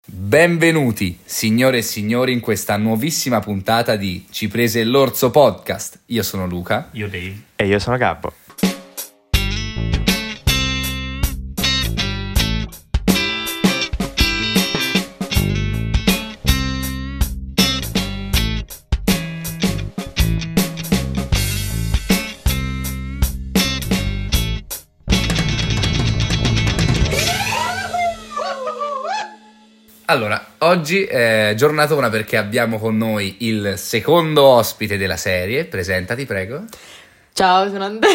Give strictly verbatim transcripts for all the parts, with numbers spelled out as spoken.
Benvenuti, signore e signori, in questa nuovissima puntata di Ci prese l'orso podcast. Io sono Luca. Io Dave. E io sono Gabbo. Allora, oggi è giornata una perché abbiamo con noi il secondo ospite della serie. Presentati, prego. Ciao, sono Andrea.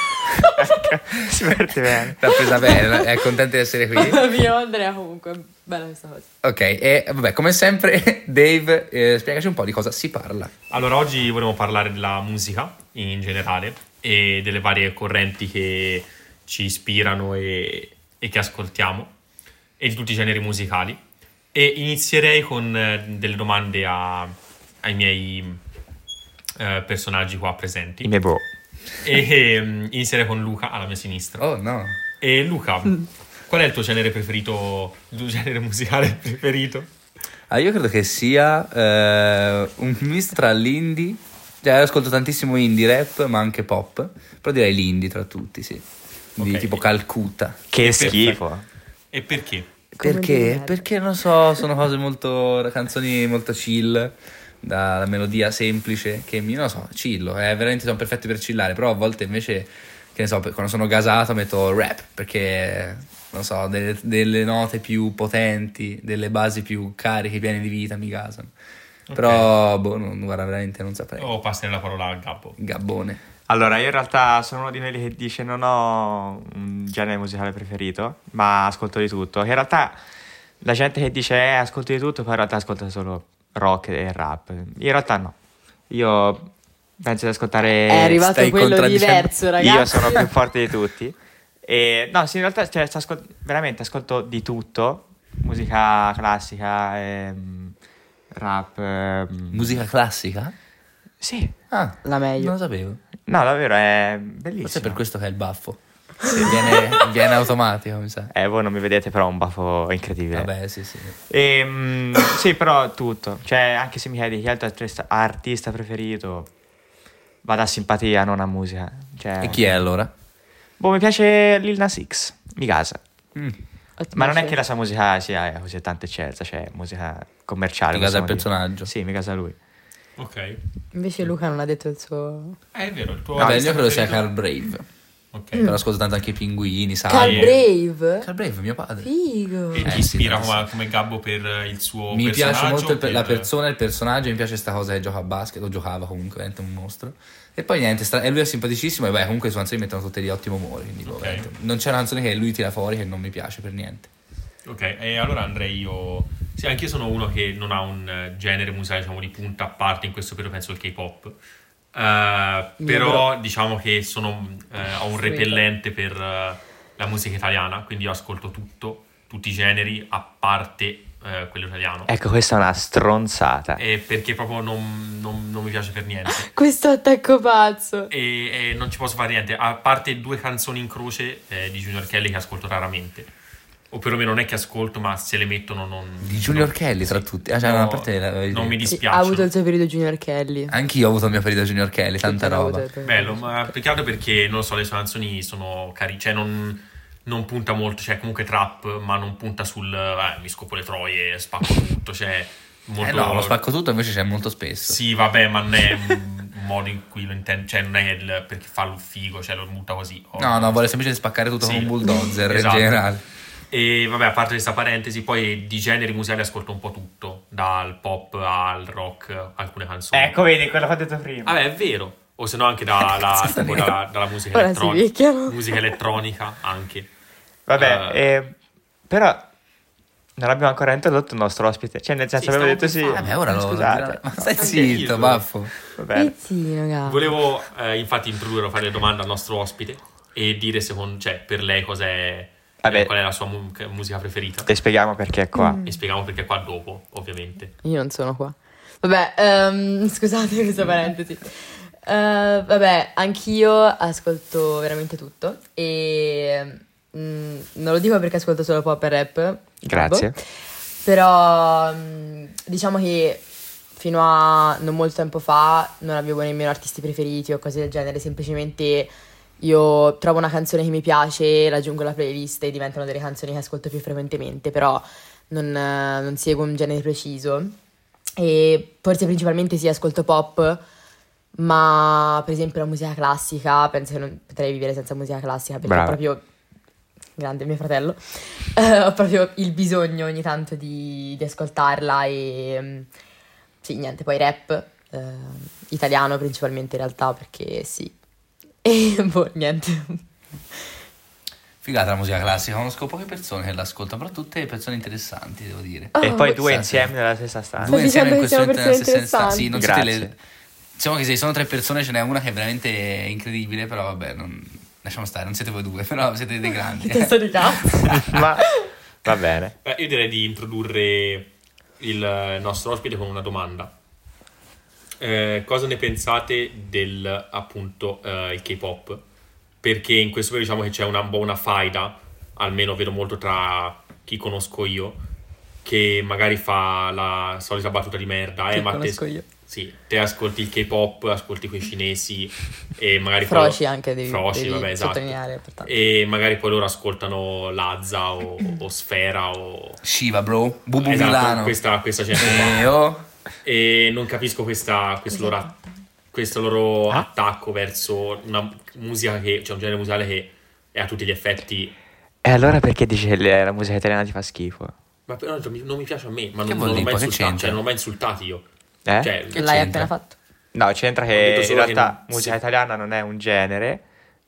Si mette bene. L'ha presa bene, è contenta di essere qui. Mio Andrea comunque, bella questa cosa. Ok, e vabbè, come sempre, Dave, eh, spiegaci un po' di cosa si parla. Allora, oggi vorremmo parlare della musica in generale e delle varie correnti che ci ispirano e, e che ascoltiamo e di tutti i generi musicali. E inizierei con eh, delle domande a, ai miei eh, personaggi qua presenti. I miei bro. E um, inizierei con Luca alla mia sinistra. Oh no. E Luca, qual è il tuo genere preferito, il tuo genere musicale preferito? Ah, io credo che sia eh, un misto tra l'indie, cioè ascolto tantissimo indie rap, ma anche pop, però direi l'indie tra tutti, sì. Di Ok. tipo Calcutta. Che Perfetto. schifo. E perché? Come Perché? dire? Perché non so, sono cose molto, canzoni molto chill, dalla melodia semplice, che mi, non lo so, chillo, è veramente sono perfetti per chillare, però a volte invece, che ne so, per- quando sono gasato metto rap, perché, non so, delle, delle note più potenti, delle basi più cariche, piene di vita mi gasano. Però, boh, non, guarda, veramente non saprei. O passerei la parola a Gabbo. Gabbone. Allora, io in realtà sono uno di quelli che dice non ho un genere musicale preferito, ma ascolto di tutto. Che in realtà la gente che dice eh, ascolto di tutto, poi in realtà ascolta solo rock e rap. In realtà no. Io penso di ascoltare... È arrivato stai quello contraddicendo- diverso, ragazzi. Io sono più forte di tutti. E no, sì, in realtà cioè, ascol- veramente ascolto di tutto. Musica classica, ehm, rap. ehm, Musica classica? Sì. Ah, La meglio. non lo sapevo. No, davvero, è bellissimo. Forse è per questo che è il baffo. Viene, viene automatico, mi sa. Eh, voi non mi vedete, però ho un baffo incredibile. Vabbè, sì, sì. Ehm, sì, però tutto. Cioè, anche se mi chiedi chi è il tuo artista, artista preferito, vado a simpatia, non a musica. Cioè, E chi è allora? boh, mi piace Lil Nas X, mi casa. Mm. Ma non è che la sua musica sia così tanto eccelsa, cioè musica commerciale. Ti casa il possiamo dire. personaggio. Sì, mi casa lui. Ok. Invece Luca non ha detto il suo... Eh, è vero, il tuo Vabbè, artista io credo sia preferito? Carl Brave. Ok. Però ascolto tanto anche i pinguini, sai. Carl eh. Brave? Carl Brave, mio padre. Figo. E Eh, ti sì, ispira però come, come Gabbo per il suo Mi piace personaggio? molto il pe- la per- persona, il personaggio, mi piace sta cosa che gioca a basket, o giocava comunque, veramente un mostro. E poi niente, sta- e lui è simpaticissimo e beh, comunque le sue canzoni mettono tutte di ottimo umore, quindi boh, Ok. veramente. Non c'è una canzone che lui tira fuori che non mi piace per niente. Ok, e allora andrei io... Sì, anche io sono uno che non ha un eh, genere musicale, diciamo, di punta a parte, in questo periodo penso al K-pop. Eh, però diciamo che sono, eh, ho un repellente per eh, la musica italiana, quindi io ascolto tutto, tutti i generi, a parte eh, quello italiano. Ecco, questa è una stronzata. E perché proprio non, non- non mi piace per niente. Questo attacco pazzo. E, e non ci posso fare niente, a parte due canzoni in croce eh, di Junior Kelly che ascolto raramente. O perlomeno non è che ascolto, ma se le mettono non... Di Junior no, Kelly tra sì. tutti. Ah, cioè, No, una parte la- non mi Sì, dispiace. ha avuto il suo periodo Junior Kelly. Anch'io ho avuto il mio periodo Junior Kelly, tanta Tutti hanno roba. avuto il periodo. Bello, ma peccato perché, non lo so, le sue canzoni sono carine, cioè non, non punta molto, cioè comunque trap, ma non punta sul eh, mi scopo le troie, spacco tutto, cioè molto... Eh no, lo spacco tutto invece c'è molto spesso. Sì, vabbè, ma non è un modo in cui lo intende, cioè non è il, perché fa il figo, cioè lo butta così. Oh, No, no, vuole semplicemente spaccare tutto Sì. con un bulldozer Esatto. in generale. E vabbè, a parte questa parentesi, poi di generi musicali ascolto un po' tutto, dal pop al rock, alcune canzoni. Ecco, vedi, quello che ho detto prima. Vabbè, è vero. O se no anche da- la- tipo dalla, dalla musica Ora si elettronica. picchiano. Musica elettronica anche. Vabbè, Eh. eh, però non abbiamo ancora introdotto il nostro ospite. Cioè, nel senso, Sì, avevo stavo detto sì. pensando. Vabbè, ora lo... Scusate. Ma stai Anche zitto, io. baffo. Va bene. Pizzino, raga. Volevo eh, infatti introdurre, fare le domande al nostro ospite e dire secondo, cioè, per lei cos'è, Vabbè. eh, qual è la sua mu- musica preferita. Ti spieghiamo perché è qua. Mm. E spieghiamo perché qua dopo, ovviamente. Io non sono qua. Vabbè, ehm, scusate questa parentesi. Eh, vabbè, anch'io ascolto veramente tutto e mm, non lo dico perché ascolto solo pop e rap. Grazie. Però mh, diciamo che fino a non molto tempo fa non avevo nemmeno artisti preferiti o cose del genere, semplicemente io trovo una canzone che mi piace, la aggiungo alla playlist e diventano delle canzoni che ascolto più frequentemente, però non, non seguo un genere preciso. E forse principalmente sì, ascolto pop, ma per esempio la musica classica, penso che non potrei vivere senza musica classica, perché Brava. ho proprio, grande mio fratello, eh, ho proprio il bisogno ogni tanto di, di ascoltarla e mm, sì, niente, poi rap, eh, italiano principalmente in realtà, perché sì, e boh, niente. Figata la musica classica, conosco poche persone che l'ascoltano, però tutte persone interessanti, devo dire. E Oh, poi due sì. insieme nella stessa stanza. Due insieme in questo dicendo che momento siamo nella stessa persone sì, non siete Grazie. le... Diciamo che se sono tre persone ce n'è una che è veramente incredibile, però vabbè, non... lasciamo stare, non siete voi due, però siete dei grandi. Che testa di cazzo. Ma va bene. Beh, io direi di introdurre il nostro ospite con una domanda. Eh, cosa ne pensate del appunto eh, il K-pop? Perché in questo periodo diciamo che c'è una buona faida, almeno vedo molto tra chi conosco io, che magari fa la solita battuta di merda. Eh, Che ma conosco te, io. sì, te ascolti il K-pop, ascolti quei cinesi e magari Froci poi, anche devi, Froci, devi vabbè, esatto. sottolineare. importante. E magari poi loro ascoltano Lazza o, o Sfera o Shiva, bro, Bubu esatto, Milano. questa, questa gente qua. E oh, E non capisco questa, questo, loro, questo loro Ah? attacco verso una musica che, cioè un genere musicale che è a tutti gli effetti. E allora perché dice che la musica italiana ti fa schifo? Ma però cioè, mi- non mi piace a me, ma Che non, vuol non l'ho dire? mai Che insultato, c'entra? cioè non l'ho mai insultato io. Eh? Cioè, Che L'hai c'entra? appena fatto. No, c'entra Ho che detto in solo che realtà non- musica sì. italiana non è un genere,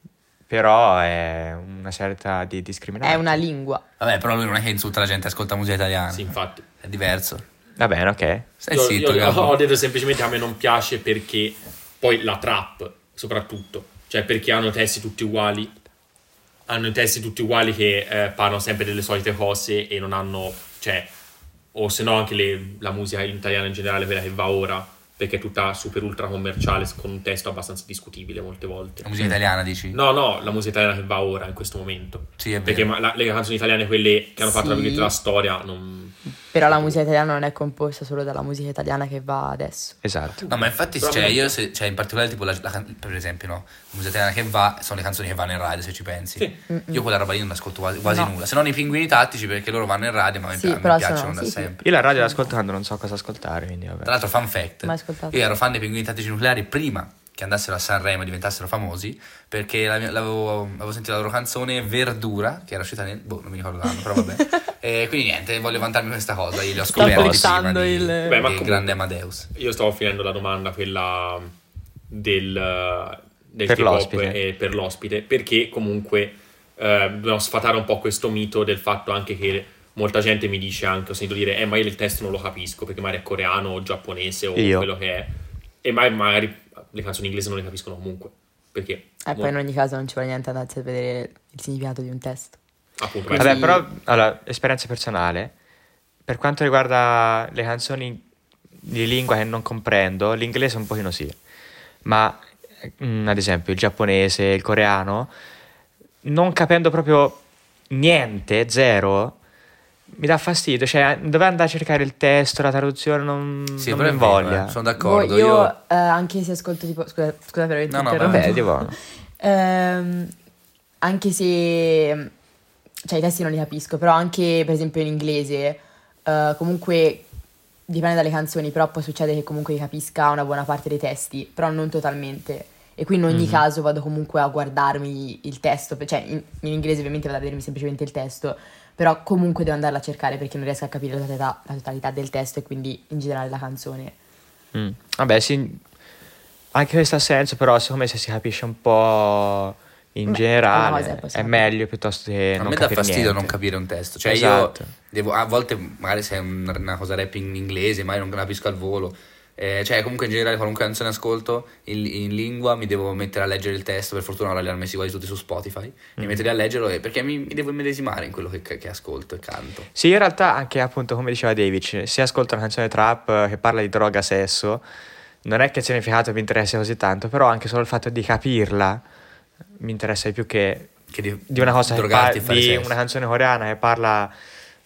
però è una certa di discriminazione. È una lingua. vabbè, però lui non è che insulta la gente, ascolta musica italiana. sì, infatti. È diverso. Va bene, ok. Stai Io, zitto, io Gabbo. ho detto semplicemente a me non piace perché poi la trap, soprattutto, cioè perché hanno testi tutti uguali, hanno i testi tutti uguali che eh, parlano sempre delle solite cose e non hanno, cioè, o se no anche le- la musica italiana in generale, quella che va ora, perché è tutta super ultra commerciale con un testo abbastanza discutibile molte volte. La musica italiana, dici? No, no, la musica italiana che va ora in questo momento. Sì, è Perché vero. ma- la- le canzoni italiane, quelle che hanno fatto la Sì. virgolette la storia, non... Però la musica italiana non è composta solo dalla musica italiana che va adesso. Esatto. No, ma infatti, Però cioè, mi- io, se, cioè, in particolare, tipo, la, la can- per esempio, no, la musica italiana che va sono le canzoni che vanno in radio, se ci pensi. Sì. Io quella roba lì non ascolto quasi, quasi No. nulla, se non i pinguini tattici, perché loro vanno in radio, ma a me, Sì, a me però piacciono sono- da sì, sì. sempre. Io la radio l'ascolto quando non so cosa ascoltare, quindi vabbè. Tra l'altro, fun fact, Mai ascoltato. io ero fan dei pinguini tattici nucleari prima che andassero a Sanremo e diventassero famosi, perché la mia- l'avevo, avevo sentito la loro canzone Verdura, che era uscita nel... boh, non mi ricordo l'anno, però vabbè. E quindi niente, voglio vantarmi questa cosa, io li ho Sta scoperti prima flexando di, il- Beh, ma del comunque- grande Amadeus. Io stavo finendo la domanda, quella del, del Per K-pop l'ospite. e per l'ospite, perché comunque eh, dobbiamo sfatare un po' questo mito del fatto anche che molta gente mi dice anche, ho sentito dire, eh ma io il testo non lo capisco, perché magari è coreano o giapponese o Io. quello che è, e mai- magari le canzoni inglesi non le capiscono comunque, perché E poi in ogni caso non ci vuole niente andarsi a vedere il significato di un testo. appunto Vabbè, Sì. però, allora, esperienza personale, per quanto riguarda le canzoni di lingua che non comprendo, l'inglese un pochino sì, ma mm, ad esempio il giapponese, il coreano, non capendo proprio niente, zero, mi dà fastidio, cioè dove andare a cercare il testo, la traduzione, non, Sì, non però mi è vero, voglia. eh, sono d'accordo. Boh, io, io... eh, anche se ascolto tipo... Scusa, scusa per averti No, no, interrotto. Vabbè, tipo, Ehm, anche se... Cioè i testi non li capisco, però anche per esempio in inglese, eh, comunque dipende dalle canzoni, però può succedere che comunque io capisca una buona parte dei testi, però non totalmente. E qui in ogni Mhm. caso vado comunque a guardarmi il testo, cioè in, in inglese ovviamente vado a vedermi semplicemente il testo, però comunque devo andarla a cercare perché non riesco a capire la totalità, la totalità del testo e quindi in generale la canzone. mm. Vabbè, sì, anche questo ha senso, però secondo me se si capisce un po' in Beh, una cosa generale è è possibile. meglio piuttosto che A non me dà capire fastidio niente. non capire un testo. Cioè, Esatto. io devo, a volte, magari se è un- una cosa rap in inglese, mai non capisco al volo. Eh, cioè, comunque in generale, qualunque canzone ascolto in, in lingua mi devo mettere a leggere il testo. Per fortuna ora li hanno messi quasi tutti su Spotify. Mi Mm. metterli a leggerlo e- perché mi, mi devo immedesimare in quello che, che ascolto e canto. Sì, in realtà anche appunto come diceva David, se ascolto una canzone trap eh, che parla di droga, sesso, non è che il significato mi interessa così tanto, però anche solo il fatto di capirla mi interessa di più che Che di, di una cosa che drogarti par- e fare di sesso. una canzone coreana che parla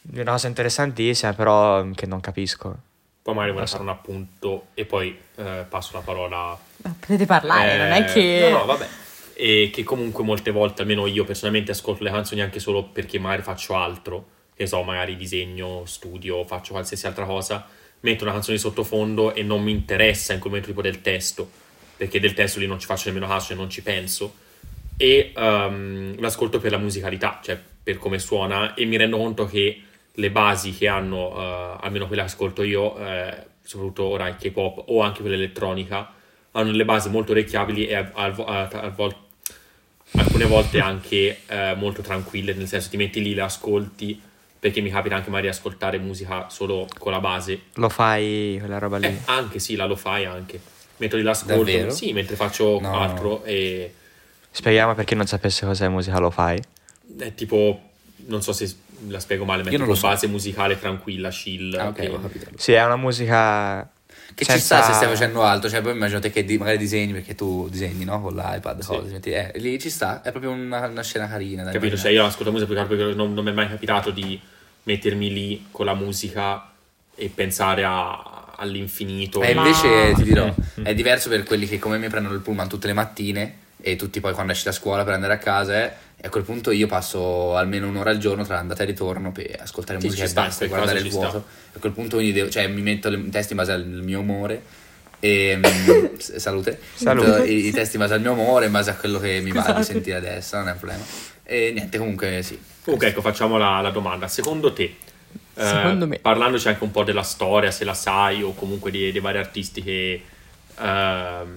È una cosa interessantissima, però che non capisco. Poi magari vorrei fare un appunto e poi eh, passo la parola. Ma potete parlare, Eh, non è che... No, no, vabbè. E che comunque molte volte, almeno io personalmente, ascolto le canzoni anche solo perché magari faccio altro, che so, magari disegno, studio, faccio qualsiasi altra cosa, metto una canzone di sottofondo e non mi interessa in quel momento tipo del testo, perché del testo lì non ci faccio nemmeno caso e non ci penso, e um, l'ascolto per la musicalità, cioè per come suona, e mi rendo conto che le basi che hanno, uh, almeno quelle che ascolto io, eh, soprattutto ora il K-pop o anche quella elettronica, hanno le basi molto orecchiabili e a, a, a, a vol- alcune volte anche eh, molto tranquille, nel senso ti metti lì, le ascolti, perché mi capita anche magari di ascoltare musica solo con la base. Lo fai quella roba lì? Eh, anche sì, la lo fai anche. Metto lì l'ascolto, Davvero? sì, mentre faccio No. altro e Spieghiamo per chi non sapesse cos'è musica lo fai. è tipo, non so se la spiego male, ma è Io non tipo lo so. base musicale tranquilla, chill. Ah, ok, che- ho capito. Sì, è una musica Che senza- ci sta se stai facendo altro, cioè poi immagino te che di- magari disegni, perché tu disegni, no? Con l'iPad, Sì. cose, metti- eh, lì ci sta, è proprio una, una scena carina. da Capito? Cioè immaginare. io ascolto musica più che altro perché non, non mi è mai capitato di mettermi lì con la musica e pensare a- all'infinito. E Ma- invece ti dirò, è diverso per quelli che come me prendono il pullman tutte le mattine e tutti poi quando esci da scuola per andare a casa, eh, e a quel punto io passo almeno un'ora al giorno tra andata e ritorno per ascoltare Sì, musica ci e sta, basta, e in quel guardare il caso ci vuoto. A quel punto quindi devo, cioè, mi metto le- i testi in base al mio umore e mm, s- salute. Salute. Metto I, i testi in base al mio umore, in base a quello che mi va di sentire adesso, non è un problema. E niente, comunque sì. Comunque ecco, facciamo la, la domanda. Secondo te, eh, Secondo me. parlandoci anche un po' della storia, se la sai, o comunque dei, dei vari artisti che, ehm,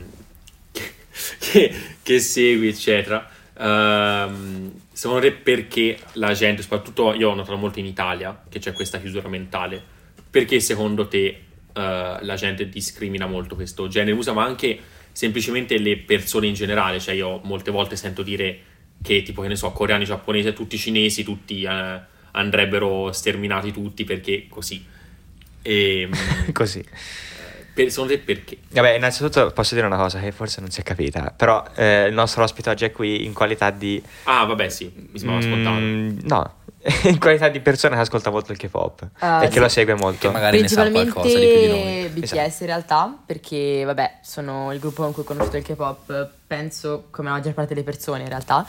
che, che segui, eccetera, ehm, secondo te perché la gente, soprattutto io ho notato molto in Italia, che c'è questa chiusura mentale, perché secondo te eh, la gente discrimina molto questo genere di musica, ma anche semplicemente le persone in generale? Cioè io molte volte sento dire che tipo, che ne so, coreani, giapponesi, tutti cinesi, tutti eh, andrebbero sterminati tutti perché così. E, così. per, secondo te perché? Vabbè, innanzitutto posso dire una cosa che forse non si è capita, però eh, il nostro ospite oggi è qui in qualità di... Ah, vabbè, sì, mi sembrava scontato. Mm, no, in qualità di persona che ascolta molto il K-pop Ah, e che sì. lo segue molto. Che magari ne sa qualcosa di più di noi. B T S Esatto. in realtà, perché vabbè, sono il gruppo con cui ho conosciuto il K-pop, penso come la maggior parte delle persone in realtà.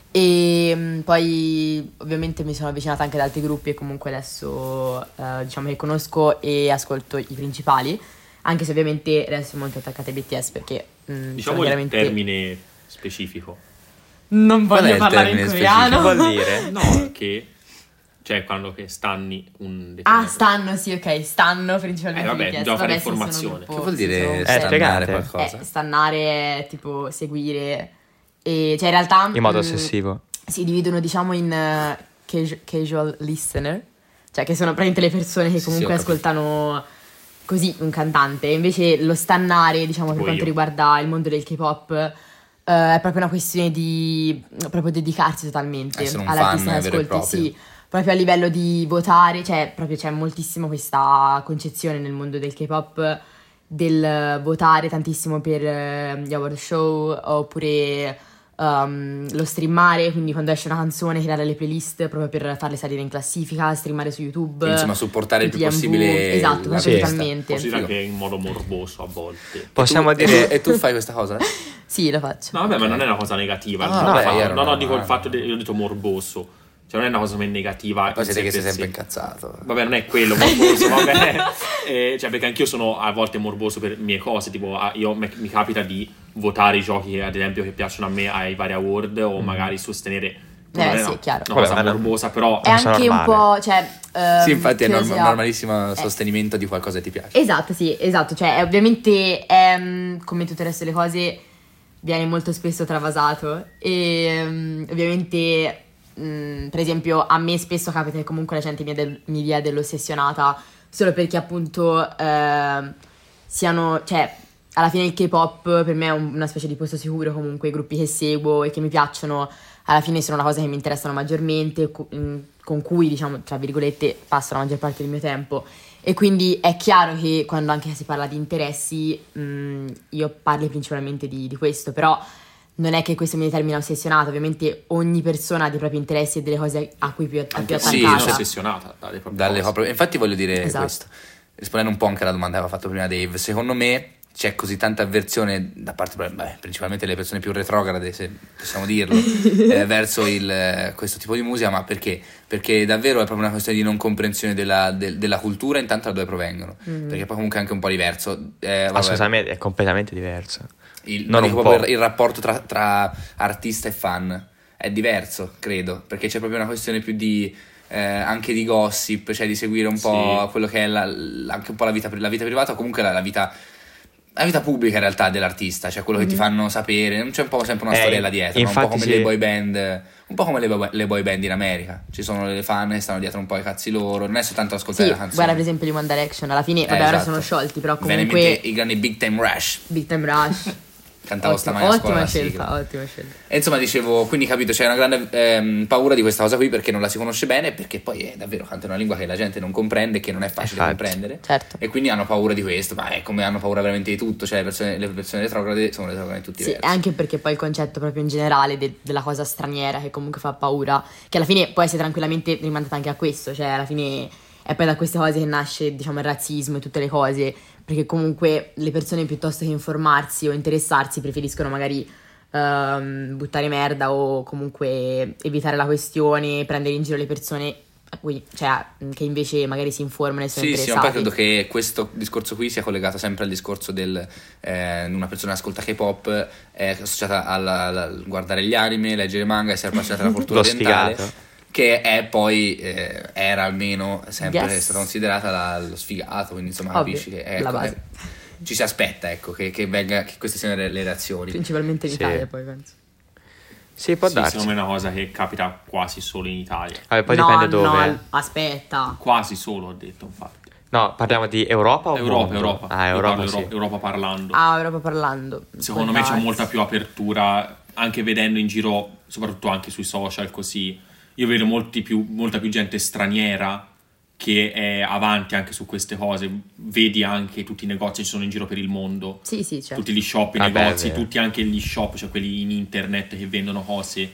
E mm, poi ovviamente mi sono avvicinata anche ad altri gruppi e comunque adesso eh, diciamo che conosco e ascolto i principali, anche se ovviamente resto molto attaccata ai B T S perché mm, Diciamo sono il veramente... termine specifico. Non Qual è voglio il parlare in termine coreano. Che vuol dire? No, che... Cioè, quando che stanni un... Ah, stanno, sì, ok, stanno principalmente Eh, vabbè, i B T S. bisogna fare Vabbè, sì, sono un informazione. gruppo- Che vuol sì, dire sono- Eh, stannare spiegate. qualcosa? Eh, stannare è tipo seguire e cioè in realtà In modo mm, ossessivo. si dividono diciamo in eh, casu- casual listener, cioè che sono praticamente le persone che Sì, comunque sì, ho capito. ascoltano così un cantante. Invece lo stannare, diciamo, per Tipo quanto io. riguarda il mondo del K-pop eh, è proprio una questione di proprio dedicarsi totalmente Essere un all'artista fan che vero e ascolti, proprio. sì, proprio a livello di votare, cioè proprio c'è moltissimo questa concezione nel mondo del K-pop del votare tantissimo per eh, gli award show oppure um, lo streamare, quindi quando esce una canzone creare le playlist proprio per farle salire in classifica, streamare su YouTube. Quindi, insomma, supportare il più tutti gli M V, possibile esatto, la proprio Sì. totalmente. Posso dire Figo. anche in modo morboso a volte. Possiamo E tu- dire... E tu fai questa cosa? Sì, lo faccio. No, vabbè, ma non è una cosa negativa. Ah, non vabbè, fa- io ero no, no, una- dico il fatto di... Io ho detto morboso. Cioè, non è una cosa negativa. Poi in siete sé che sei per sempre sé. incazzato. Vabbè, non è quello, morboso, vabbè. Eh, cioè, perché anch'io sono a volte morboso per mie cose. Tipo, ah, io mi, mi capita di votare i giochi, ad esempio, che piacciono a me ai vari award o magari sostenere. non Eh, è sì, una, è chiaro. una cosa Vabbè, ma- morbosa, però. È cosa anche un normale. po', cioè... ehm, Sì, infatti è credo norm- sia- normalissimo eh. sostenimento di qualcosa che ti piace. Esatto, sì, esatto, cioè è- ovviamente è, mm, come tutte le resto delle cose viene molto spesso travasato e mm, ovviamente mm, per esempio a me spesso capita che comunque la gente mi, del- mi dia dell'ossessionata solo perché appunto ehm, siano, cioè alla fine il K-pop per me è un- una specie di posto sicuro, comunque i gruppi che seguo e che mi piacciono alla fine sono una cosa che mi interessano maggiormente, cu- mm, con cui diciamo tra virgolette passo la maggior parte del mio tempo. E quindi è chiaro che quando anche si parla di interessi, mh, io parli principalmente di, di questo, però non è che questo mi determina ossessionato, ovviamente ogni persona ha dei propri interessi e delle cose a cui più, a più Anche sì, sono attaccata. ossessionata dalle proprie Dalle cose. proprie- Infatti voglio dire Esatto. questo, rispondendo un po' anche alla domanda che aveva fatto prima Dave, secondo me c'è così tanta avversione da parte beh, principalmente delle persone più retrograde, se possiamo dirlo, eh, verso il, eh, questo tipo di musica, ma perché? Perché davvero è proprio una questione di non comprensione della, del- della cultura, intanto da dove provengono, Mm. perché poi comunque è anche un po' diverso. Eh, vabbè, Assolutamente, è completamente diverso. il, Non dico un proprio po'. il, il rapporto tra, tra artista e fan è diverso, credo, perché c'è proprio una questione più di eh, anche di gossip, cioè di seguire un po' Sì. quello che è la, la- anche un po' la vita, la vita privata o comunque la, la vita la vita pubblica in realtà dell'artista, cioè quello che ti fanno sapere, non c'è un po' sempre una Eh, storiella dietro, no? Un po' infatti come sì. le boy band, un po' come le boy, le boy band in America, ci sono le fan che stanno dietro un po' ai cazzi loro, non è soltanto ascoltare Sì, la canzone. guarda per esempio gli One Direction, alla fine, Eh, vabbè ora esatto. sono sciolti, però Mi viene in mente comunque i grandi Big Time Rush, Big Time Rush. cantavo Ottima- stamani a scuola ottima la scelta, sigla. ottima scelta. E insomma dicevo, quindi capito, c'è una grande ehm, paura di questa cosa qui perché non la si conosce bene, perché poi è davvero canta una lingua che la gente non comprende, che non è facile Infatti. comprendere. Certo. E quindi hanno paura di questo, ma è come hanno paura veramente di tutto, cioè le persone, le persone retrograde sono retrograde in tutti i Sì, versi. anche perché poi il concetto proprio in generale de- della cosa straniera che comunque fa paura, che alla fine può essere tranquillamente rimandata anche a questo, cioè alla fine è poi da queste cose che nasce, diciamo, il razzismo e tutte le cose, perché comunque le persone piuttosto che informarsi o interessarsi preferiscono magari ehm, buttare merda o comunque evitare la questione, prendere in giro le persone a cui- cioè, che invece magari si informano e sono Sì, sì, ma interessati. poi credo che questo discorso qui sia collegato sempre al discorso del eh, una persona che ascolta K-pop è associata alla- alla- al guardare gli anime, leggere manga, essere appassionata della cultura Lo orientale, sfigato. che è poi eh, era almeno sempre Yes. stata considerata la- lo sfigato, quindi insomma Ovvio, capisci che è, la ecco, base. è- ci si aspetta ecco che, che, venga, che queste siano le, le reazioni. Principalmente in Sì. Italia poi penso. Sì, può Sì, darsi. secondo me è una cosa che capita quasi solo in Italia. Vabbè, poi no, dipende dove. no, aspetta. Quasi solo, ho detto, infatti. No, parliamo di Europa o Europa, mondo? Europa. Ah, Io Europa, parlo sì. Euro- Europa parlando. Ah, Europa parlando. Secondo Può me c'è darsi. molta più apertura, anche vedendo in giro, soprattutto anche sui social così. Io vedo molti più, molta più gente straniera che è avanti anche su queste cose. Vedi anche tutti i negozi che ci sono in giro per il mondo. Sì, sì, certo. Tutti gli shop, i Ah, beh, negozi, è vero. tutti anche gli shop, cioè quelli in internet che vendono cose.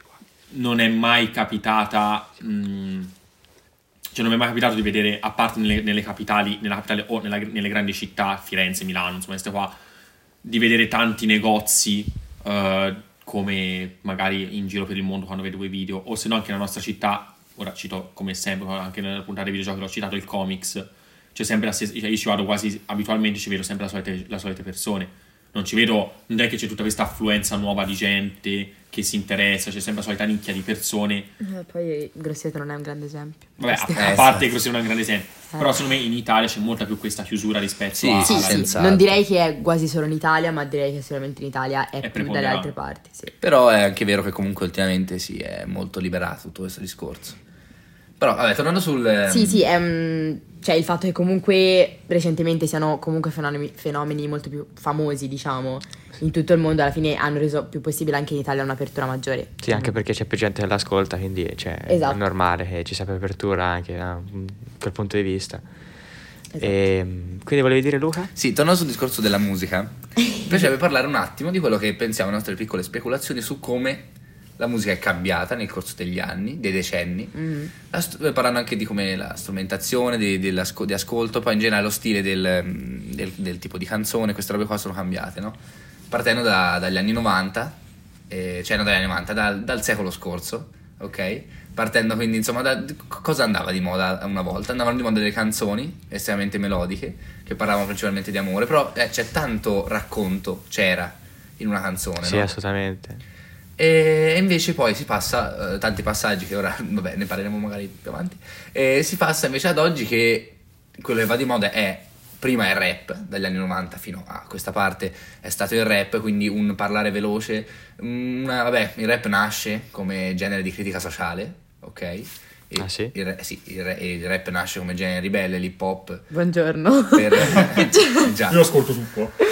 Non è mai capitata... mh, cioè non mi è mai capitato di vedere, a parte nelle, nelle capitali, nella capitale o nella- nelle grandi città, Firenze, Milano, insomma queste qua, di vedere tanti negozi eh, come magari in giro per il mondo quando vedo quei video, o se no anche nella nostra città, ora cito come sempre, anche nella puntata dei videogiochi l'ho citato, il comics, c'è sempre la stessa, cioè io ci vado quasi abitualmente, ci vedo sempre la solite, la solite persone, non ci vedo, non è che c'è tutta questa affluenza nuova di gente che si interessa, c'è sempre la solita nicchia di persone. Eh, poi Grosseto non è un grande esempio. Vabbè, a, Eh, a parte esatto. che è un grande esempio, però secondo me in Italia c'è molta più questa chiusura rispetto Sì, a... Sì, Ah, sì, senz'altro. non direi che è quasi solo in Italia, ma direi che sicuramente in Italia è, È più dalle preponderante. altre parti, sì. Però è anche vero che comunque ultimamente si è molto liberato tutto questo discorso. Però vabbè, tornando sul ehm, Sì, sì, ehm, cioè il fatto che comunque recentemente siano comunque fenomeni, fenomeni molto più famosi, diciamo, in tutto il mondo, alla fine hanno reso più possibile anche in Italia un'apertura maggiore. Sì, anche perché c'è più gente che l'ascolta, quindi cioè, Esatto. è normale che ci sia più apertura anche da mm, quel punto di vista. Esatto. E, quindi volevi dire, Luca? Sì, tornando sul discorso della musica, mi piacerebbe parlare un attimo di quello che pensiamo, le nostre piccole speculazioni su come la musica è cambiata nel corso degli anni, dei decenni, Mhm. La st- parlando anche di come la strumentazione, di, dell'asco- di ascolto, poi in generale lo stile del, mm, del- del tipo di canzone, queste robe qua sono cambiate, no? Partendo da- dagli anni novanta, eh, cioè non dagli anni novanta, dal, dal secolo scorso, ok? Partendo quindi insomma da d- cosa andava di moda una volta? Andavano di moda delle canzoni estremamente melodiche che parlavano principalmente di amore, però eh, c'è tanto racconto, c'era in una canzone, Sì, no? assolutamente. E invece poi si passa, eh, tanti passaggi che ora, vabbè, ne parleremo magari più avanti, e si passa invece ad oggi che quello che va di moda è, prima il rap, dagli anni novanta fino a questa parte è stato il rap, quindi un parlare veloce, una, vabbè, il rap nasce come genere di critica sociale, ok? E Ah, sì? Il, ra- sì, il, ra- il rap nasce come genere ribelle, l'hip hop, Buongiorno. per... già. ascolto tutto.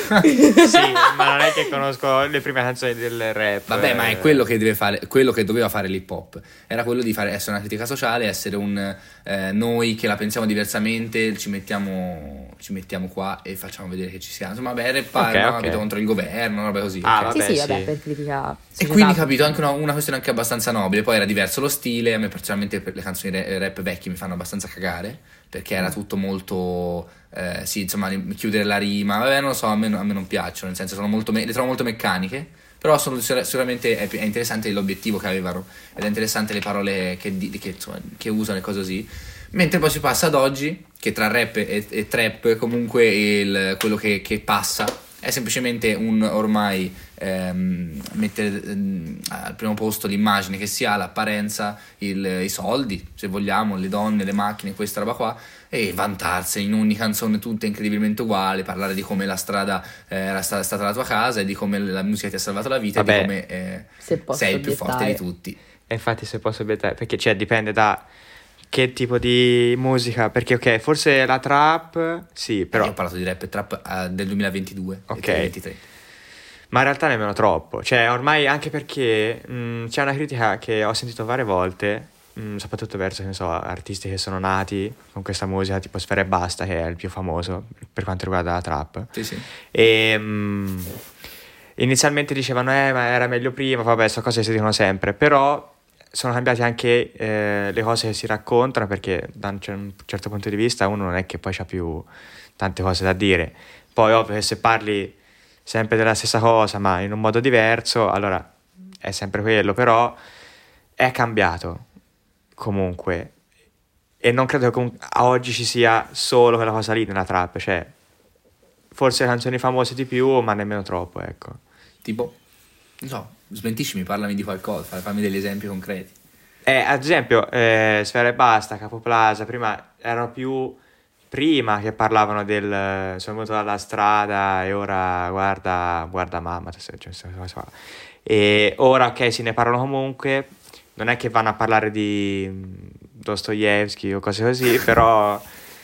Sì, ma non è che conosco le prime canzoni del rap. Vabbè, ma è quello che deve fare, quello che doveva fare l'hip hop. Era quello di fare, essere una critica sociale, essere un eh, noi che la pensiamo diversamente, ci mettiamo, ci mettiamo qua e facciamo vedere che ci siamo. Insomma, vabbè, rappare, Ok, no, ok. capito, contro il governo, roba così. Ah, ok? vabbè, sì, sì, vabbè, sì. per critica E società. quindi capito anche una, una questione anche abbastanza nobile. Poi era diverso lo stile. A me personalmente per le canzoni re- rap vecchie mi fanno abbastanza cagare, perché era tutto molto eh, sì, insomma, chiudere la rima, vabbè, non lo so, a me, a me non piacciono, nel senso sono molto me- le trovo molto meccaniche, però sono sicur- sicuramente è, è interessante l'obiettivo che avevano ed è interessante le parole che, di- che, insomma, che usano e cose così. Mentre poi si passa ad oggi che tra rap e, e trap comunque il, quello che, che passa è semplicemente un ormai ehm, mettere ehm, al primo posto l'immagine che si ha, l'apparenza, il, i soldi, se vogliamo, le donne, le macchine, questa roba qua, e vantarsi in ogni canzone tutta incredibilmente uguale, parlare di come la strada eh, era stata, stata la tua casa e di come la musica ti ha salvato la vita. Vabbè, e di come eh, se posso sei il più forte obiettare. di tutti. E infatti se posso obiettare, perché cioè dipende da che tipo di musica, perché ok, forse la trap, sì, però... Io ho parlato di rap e trap eh, del duemilaventidue Ok. e ventitré. Ma in realtà nemmeno troppo, cioè ormai anche perché mh, c'è una critica che ho sentito varie volte, mh, soprattutto verso, che ne so, artisti che sono nati con questa musica, tipo Sfera Ebbasta, che è il più famoso per quanto riguarda la trap. Sì, sì. E mh, inizialmente dicevano, eh, ma era meglio prima, vabbè, sono cose che si dicono sempre, però sono cambiate anche eh, le cose che si raccontano, perché da un cer- un certo punto di vista uno non è che poi c'ha più tante cose da dire. Poi ovvio che se parli sempre della stessa cosa ma in un modo diverso, allora è sempre quello, però è cambiato comunque, e non credo che com- a oggi ci sia solo quella cosa lì nella trap, cioè forse canzoni famose di più ma nemmeno troppo, ecco. Tipo, non so, smentiscimi, parlami di qualcosa, fammi degli esempi concreti. Eh, ad esempio, eh, Sfera e Basta, Capoplaza, prima erano più prima che parlavano del sono venuto dalla strada e ora guarda, guarda mamma, cioè, cioè, cioè, cioè. E ora ok, se ne parlano comunque, non è che vanno a parlare di Dostoevsky o cose così, però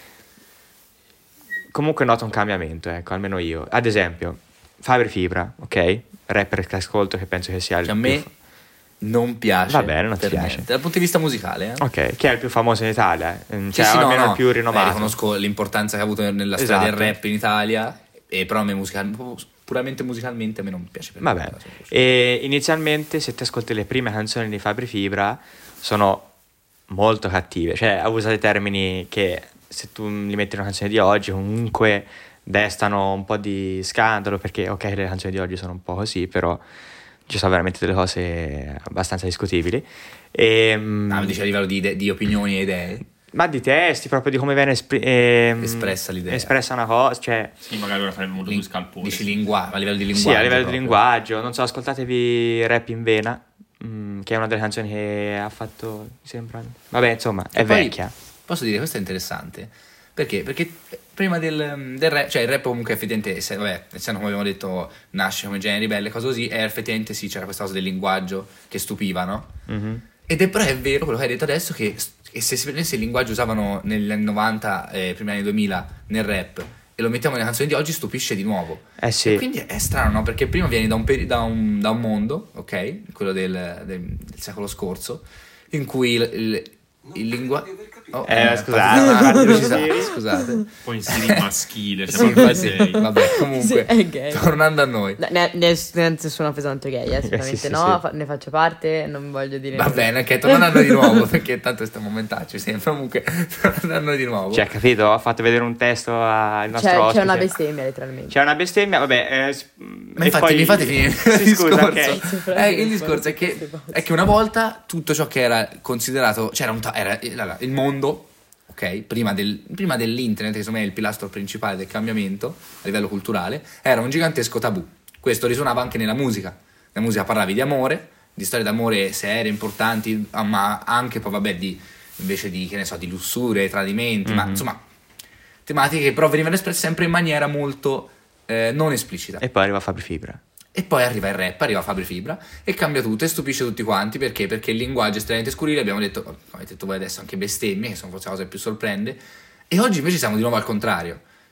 comunque noto un cambiamento, ecco, almeno io. Ad esempio, Fabri Fibra, ok? Rapper che ascolto, che penso che sia il Che a più me fa- non piace. Va bene, non ti per piace. niente. Dal punto di vista musicale, eh. Ok, che è il più famoso in Italia, eh, Sì, cioè sì, o no, almeno no. il più rinomato. Beh, riconosco l'importanza che ha avuto nella storia Esatto. del rap in Italia, e però a me musical, puramente musicalmente a me non piace per Vabbè, niente. e inizialmente se ti ascolti le prime canzoni di Fabri Fibra sono molto cattive, cioè ha usato termini che se tu li metti in una canzone di oggi comunque destano un po' di scandalo, perché ok, le canzoni di oggi sono un po' così, però ci sono veramente delle cose abbastanza discutibili. E, Ah, dice a livello di, ide- di opinioni e idee. ma di testi, proprio di come viene espri- ehm, Espressa l'idea. espressa una cosa, cioè Sì, magari ora faremo molto più scalpore. Dici linguaggio, a livello di linguaggio. sì, a livello proprio. di linguaggio, non so, ascoltatevi Rap in Vena, mm, che è una delle canzoni che ha fatto, mi sembra, vabbè, insomma, è E poi, vecchia. Posso dire, questo è interessante. Perché? Perché prima del, del rap, cioè il rap comunque effettivamente, se, vabbè, essendo come abbiamo detto, nasce come genere ribelle, cose così, e effettivamente sì, c'era questa cosa del linguaggio che stupiva, no? Mhm. Ed è però è vero quello che hai detto adesso, che, che se si prendesse il linguaggio usavano negli anni novanta, eh, primi anni duemila nel rap, e lo mettiamo nelle canzoni di oggi, stupisce di nuovo. Eh sì. E quindi è strano, no? Perché prima vieni da un, peri- da un, da un mondo, ok? Quello del, del, del secolo scorso, in cui il, il, il linguaggio... Eh, scusate, scusate, scusate. Poi in stile maschile, Sì, siamo infatti, sei. vabbè, comunque, Sì, è gay. tornando a noi. No, ne- ne- senza nessuno pesante gay, eh, sicuramente sì, no, sì. fa- ne faccio parte, non voglio dire Va nulla. bene, ok, tornando a noi di nuovo, perché tanto stiamo a mentarci sempre. Comunque, tornando a noi di nuovo. Cioè, capito? Ho fatto vedere un testo al nostro C'è, ospite. c'è una bestemmia letteralmente. C'è una bestemmia, vabbè. eh, s- Ma e infatti, poi- mi fate finire Sì, il discorso. scusa, ok. Sì, Eh, il discorso è che, queste cose. è che una volta tutto ciò che era considerato, c'era un ta- era allora, il mondo, ok, prima, del, prima dell'internet, che secondo me è il pilastro principale del cambiamento a livello culturale, era un gigantesco tabù. Questo risuonava anche nella musica. Nella musica parlavi di amore, di storie d'amore serie, importanti, ah, ma anche poi vabbè di invece di, che ne so, di lussurie, tradimenti, ma Mhm. insomma tematiche che però venivano espresse sempre in maniera molto eh, non esplicita. E poi arriva Fabri Fibra. E poi arriva il rap, arriva Fabri Fibra e cambia tutto e stupisce tutti quanti. Perché? Perché il linguaggio è estremamente scurrile, abbiamo detto, come avete detto voi adesso, anche bestemmie, che sono forse la cosa che più sorprende. E oggi invece siamo di nuovo al contrario.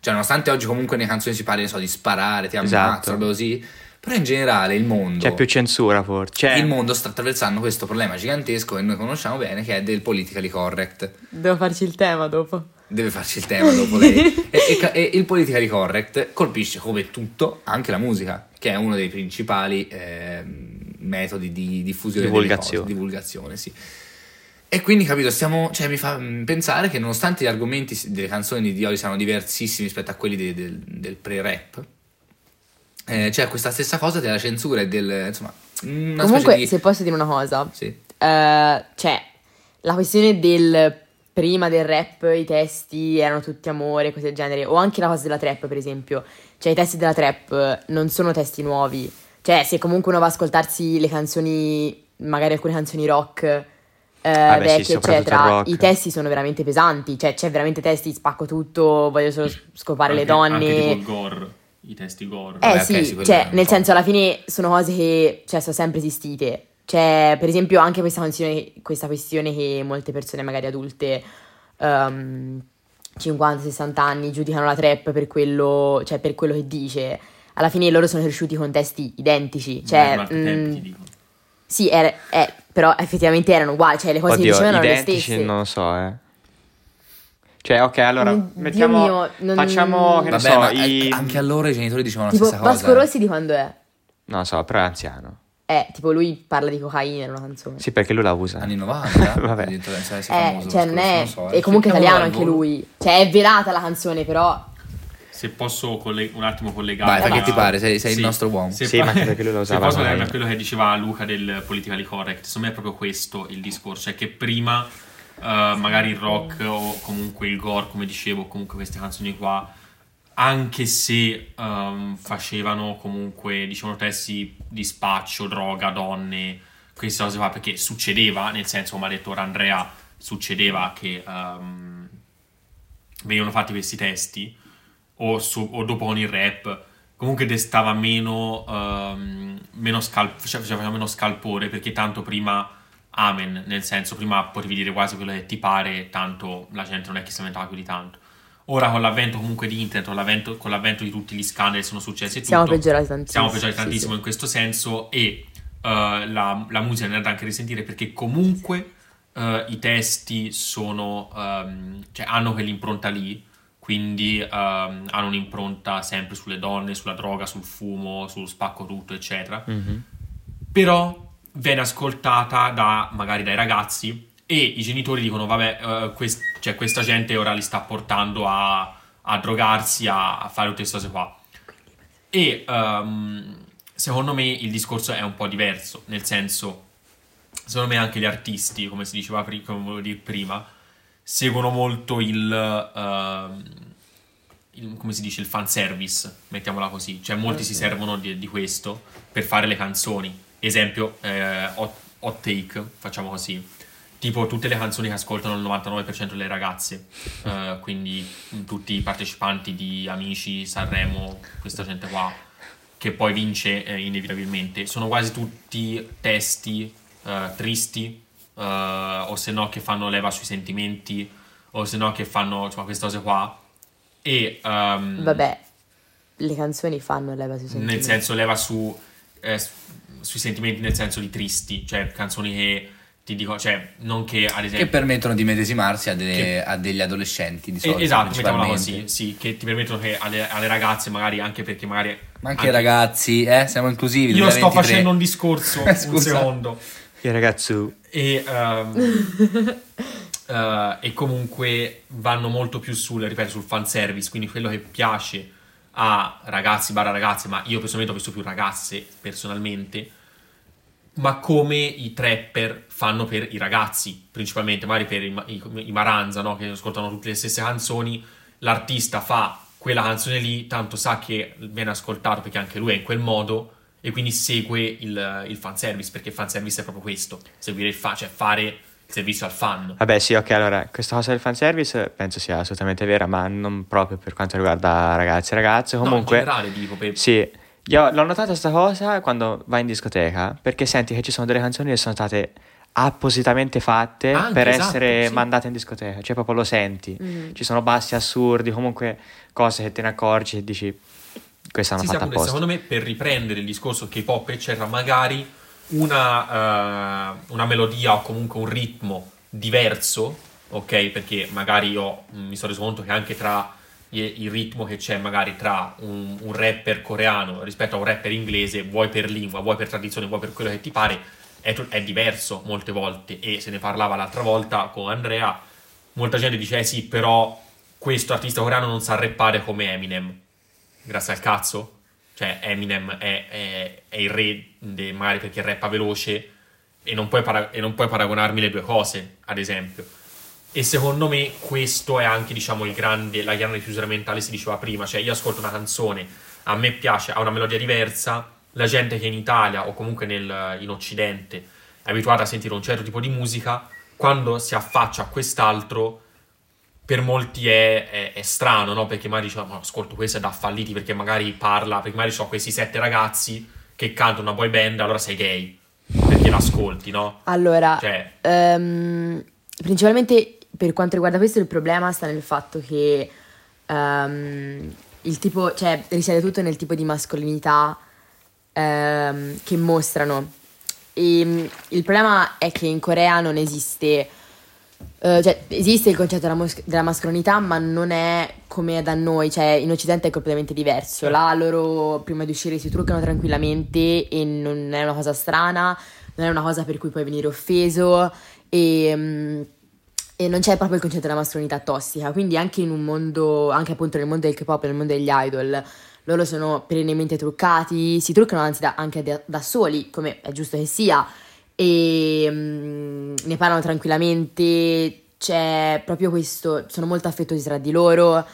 Cioè, nonostante oggi comunque nelle canzoni si parli, ne so, di sparare, ti Esatto. ammazzano, così. Però in generale il mondo... C'è più censura forse. Cioè, Il mondo sta attraversando questo problema gigantesco che noi conosciamo bene, che è del politically correct. Devo farci il tema dopo. Deve farci il tema dopo lei. e, e- e il politically correct colpisce come tutto anche la musica, che è uno dei principali eh, metodi di diffusione delle Divulgazione. cose, divulgazione, sì. E quindi, capito, stiamo, cioè, mi fa mm, pensare che nonostante gli argomenti delle canzoni di oggi siano diversissimi rispetto a quelli de- del, del pre-rap, eh, c'è questa stessa cosa della censura e del, insomma, una Comunque, specie di... se posso dire una cosa, Sì. eh, cioè, la questione del prima del rap, i testi erano tutti amore, cose del genere, o anche la cosa della trap, per esempio. Cioè, i testi della trap non sono testi nuovi. Cioè, se comunque uno va a ascoltarsi le canzoni, magari alcune canzoni rock, eh, Ah, beh, sì, vecchie, soprattutto il eccetera, rock. i testi sono veramente pesanti. Cioè, c'è veramente testi, spacco tutto, voglio solo scopare le Anche- donne. Anche tipo il gore, i testi gore. Eh Vabbè, ok, sì, sì, quello cioè, è un nel po'. senso, alla fine sono cose che, cioè, sono sempre esistite. Cioè, per esempio, anche questa questione, questa questione che molte persone magari adulte, um, cinquanta sessanta anni, giudicano la trap per quello, cioè, per quello che dice. Alla fine loro sono cresciuti con testi identici. Cioè, Durante i tempi, mm, ti dico. sì, era- eh, però effettivamente erano uguali, cioè le cose che oddio, dicevano erano le identici stesse. non lo so, eh. Cioè, ok, allora, Dio mettiamo... mio, non- Facciamo, che ne Vabbè, so, ma i... anche allora i genitori dicevano Tipo, la stessa cosa. Vasco Rossi di quando è? Non lo so, però è anziano. Eh, tipo lui parla di cocaina in una canzone. Sì, perché lui la usa. Anni novanta? Vabbè. Dentro deve essere Eh, famoso, cioè non è, non so, eh. è comunque Cerchiamolo italiano al anche volo. lui. Cioè è velata la canzone, però Se posso colle- un attimo collegare. Vai, fai che a- ti pare, sei- sei il nostro uomo. Se Sì, pa- ma anche perché lui lo usava Se posso mai. collegarmi a quello che diceva Luca del politically correct, secondo me è proprio questo il discorso, è che prima eh, magari il rock o comunque il gore, come dicevo, o comunque queste canzoni qua, anche se ehm, facevano comunque, diciamo, testi di spaccio, droga, donne, queste cose qua, perché succedeva, nel senso, come ha detto ora Andrea, succedeva che ehm, venivano fatti questi testi o, su- o dopo con il rap, comunque destava meno, ehm, meno scal- cioè faceva meno scalpore, perché tanto prima amen, nel senso prima potevi dire quasi quello che ti pare, tanto la gente non è che si lamentava più di tanto. Ora con l'avvento comunque di internet, con l'avvento, con l'avvento di tutti gli scandali che sono successi e siamo tutto, peggiorati tantissimo. siamo peggiorati Sì, tantissimo sì. in questo senso, e eh, la, la musica ne ha da anche risentire, perché comunque eh, i testi sono ehm, cioè hanno quell'impronta lì, quindi ehm, hanno un'impronta sempre sulle donne, sulla droga, sul fumo, sullo spacco tutto, eccetera. Mhm. Però viene ascoltata da magari dai ragazzi e i genitori dicono vabbè, eh, quest- cioè, questa gente ora li sta portando a, a drogarsi, a, a fare tutte queste cose qua. E ehm, secondo me il discorso è un po' diverso, nel senso, secondo me anche gli artisti, come si diceva pri- come volevo dire prima, seguono molto il, ehm, il- come si dice, il fanservice, mettiamola così. Cioè molti si servono di, di questo per fare le canzoni. Esempio, eh, hot, hot take, facciamo così. Tipo tutte le canzoni che ascoltano il novantanove per cento delle ragazze, eh, quindi tutti i partecipanti di Amici, Sanremo, questa gente qua, che poi vince eh, inevitabilmente, sono quasi tutti testi eh, tristi, eh, o se no che fanno leva sui sentimenti, o se no che fanno, insomma, queste cose qua. E ehm, Vabbè, le canzoni fanno leva sui sentimenti. nel senso leva su eh, s- sui sentimenti, nel senso di tristi, cioè canzoni che ti dico, cioè non che ad Che esempio permettono di medesimarsi a, delle- Che- a degli adolescenti di Eh, solito, esatto, mettiamola principalmente. così, sì, che ti permettono che alle, alle ragazze magari, anche perché magari Ma anche i ragazzi, eh, siamo inclusivi. io sto duemilaventitré. facendo un discorso Eh, un scusa. secondo Il ragazzo... e, ehm, eh, e comunque vanno molto più sul, ripeto, sul fanservice, quindi quello che piace a ragazzi barra ragazze, ma io personalmente ho visto più ragazze personalmente, ma come i trapper fanno per i ragazzi, principalmente magari per i, i, i Maranza, no? Che ascoltano tutte le stesse canzoni, l'artista fa quella canzone lì, tanto sa che viene ascoltato perché anche lui è in quel modo, e quindi segue il, il fanservice, perché il fanservice è proprio questo, seguire il fan, cioè fare il servizio al fan. Vabbè, sì, ok, allora, questa cosa del fanservice penso sia assolutamente vera, ma non proprio per quanto riguarda ragazzi e ragazze. Comunque, no, in generale dico, per... sì, io l'ho notata sta cosa quando vai in discoteca, perché senti che ci sono delle canzoni che sono state appositamente fatte Anche, per esatto, essere sì. mandate in discoteca, cioè proprio lo senti. Mm. Ci sono bassi assurdi, comunque cose che te ne accorgi e dici questa è una Sì, sì, fatta appunto, apposta. secondo me per riprendere il discorso K-pop eccetera, magari una, eh, una melodia o comunque un ritmo diverso, ok? Perché magari io mh, mi sono reso conto che anche tra i- il ritmo che c'è magari tra un, un rapper coreano rispetto a un rapper inglese, vuoi per lingua, vuoi per tradizione, vuoi per quello che ti pare, è, to- è diverso molte volte. E se ne parlava l'altra volta con Andrea, molta gente dice eh sì, però questo artista coreano non sa rappare come Eminem. Grazie al cazzo. Cioè Eminem è, è- è il re de- magari perché rappa veloce e non, puoi para- e non puoi paragonarmi le due cose, ad esempio. E secondo me questo è anche, diciamo, il grande, la grande chiusura mentale, si diceva prima. Cioè io ascolto una canzone, a me piace, ha una melodia diversa, la gente che in Italia o comunque nel- in Occidente è abituata a sentire un certo tipo di musica, quando si affaccia a quest'altro, per molti è, è- è strano, no? Perché magari dicono, ma ascolto, questo è da falliti, perché magari parla, perché magari sono questi sette ragazzi che cantano una boy band, allora sei gay, perché l'ascolti, no? Allora, Cioè, ehm, principalmente per quanto riguarda questo il problema sta nel fatto che ehm, il tipo, cioè risiede tutto nel tipo di mascolinità ehm, che mostrano. E mm, il problema è che in Corea non esiste, eh, cioè esiste il concetto della, mos- della mascolinità, ma non è come da noi, cioè in Occidente è completamente diverso. Là loro prima di uscire si truccano tranquillamente e non è una cosa strana, non è una cosa per cui puoi venire offeso e, mm, e non c'è proprio il concetto della mascolinità tossica. Quindi anche in un mondo, anche appunto nel mondo del K-pop, nel mondo degli idol, loro sono perennemente truccati, si truccano anzi da- anche da, da soli, come è giusto che sia, e mm, ne parlano tranquillamente, c'è proprio questo, sono molto affettuosi tra di loro,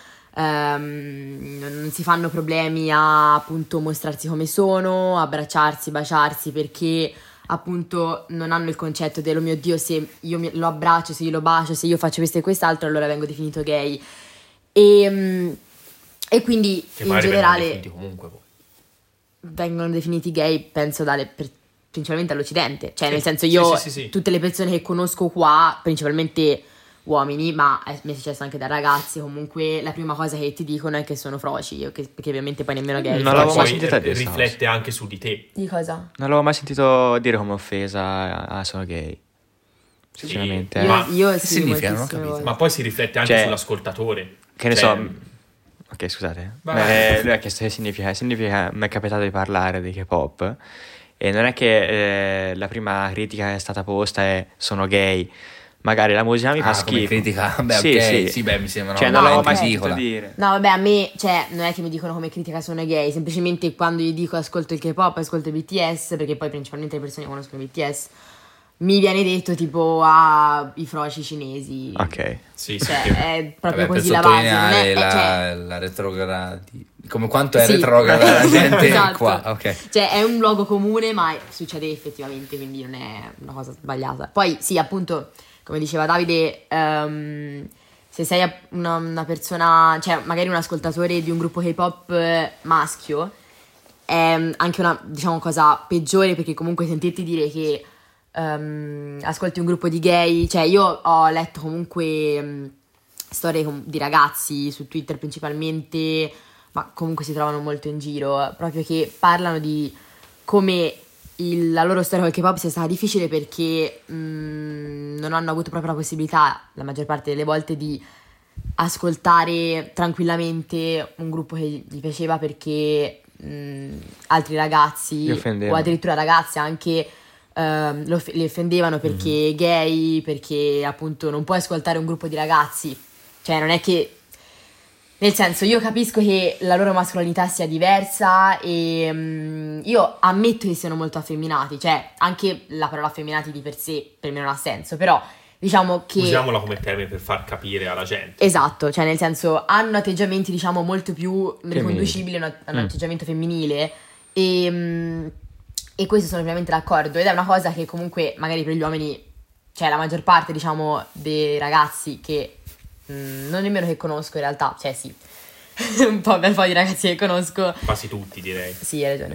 ehm, non non si fanno problemi a appunto mostrarsi come sono, abbracciarsi, baciarsi, perché appunto non hanno il concetto dello mio Dio, se io mi- lo abbraccio, se io lo bacio, se io faccio questo e quest'altro, allora vengo definito gay. E, mm, e quindi che in magari vengono generale definiti comunque poi. vengono definiti gay, penso, dalle, per- principalmente all'Occidente. Cioè, Sì, nel senso, sì, io, sì, sì, sì. tutte le persone che conosco qua, principalmente uomini, ma è, mi è successo anche da ragazzi, comunque la prima cosa che ti dicono è che sono froci, o che- perché ovviamente poi nemmeno gay. Non Però l'avevo mai poi sentita eh, dire sta riflette anche su di te. Di cosa? Non l'avevo mai sentito dire come offesa, ah, sono gay. Sinceramente. Sì, eh. Io, ma io che sì, significa? Non ho moltissime capito. volte. Ma poi si riflette anche Cioè, sull'ascoltatore. Che ne Cioè, so. Ok, scusate. Vai. Eh, lui ha chiesto che significa. Significa, mi è capitato di parlare di K-pop. E non è che eh, la prima critica che è stata posta è sono gay. Magari la musica mi fa Ah, come schifo. critica? Beh, sì, ok, sì. sì, beh, mi sembra Cioè, una non roba l'avevo mai sentito ridicola. dire. No, vabbè, a me, cioè, non è che mi dicono come critica sono gay, semplicemente quando gli dico ascolto il K-pop, ascolto i B T S, perché poi principalmente le persone conoscono i B T S, mi viene detto tipo ah, i froci cinesi. Ok. sì, sì, Cioè, che- è proprio Vabbè, per così la base. Non sottolineare è, è- la, cioè, la retrogradi. Come quanto è Sì. retrograda la gente Esatto. qua. Ok. Cioè, è un luogo comune, ma succede effettivamente, quindi non è una cosa sbagliata. Poi, sì, appunto, come diceva Davide, ehm, se sei una, una persona, cioè magari un ascoltatore di un gruppo K-pop eh, maschio, è anche una, diciamo, cosa peggiore, perché comunque sentirti dire che ehm, ascolti un gruppo di gay, cioè io ho letto comunque mh, storie com- di ragazzi su Twitter principalmente, ma comunque si trovano molto in giro, proprio che parlano di come il- la loro storia col K-pop sia stata difficile perché mh, non hanno avuto proprio la possibilità, la maggior parte delle volte, di ascoltare tranquillamente un gruppo che gli piaceva perché mh, altri ragazzi Li offendevano. o addirittura ragazze anche ehm, lo off- li offendevano perché gay, perché appunto non puoi ascoltare un gruppo di ragazzi, cioè non è che, nel senso, io capisco che la loro mascolinità sia diversa e mm, io ammetto che siano molto affemminati, cioè anche la parola affemminati di per sé per me non ha senso, però diciamo che... usiamola come termine per far capire alla gente. Esatto, cioè nel senso hanno atteggiamenti diciamo molto più riconducibili a un, a un Mm. atteggiamento femminile e, mm, e questo sono pienamente d'accordo ed è una cosa che comunque magari per gli uomini, cioè la maggior parte diciamo dei ragazzi che mm, non nemmeno che conosco in realtà, cioè sì, un po', un bel po' di ragazzi che conosco, Quasi tutti, direi. sì hai ragione,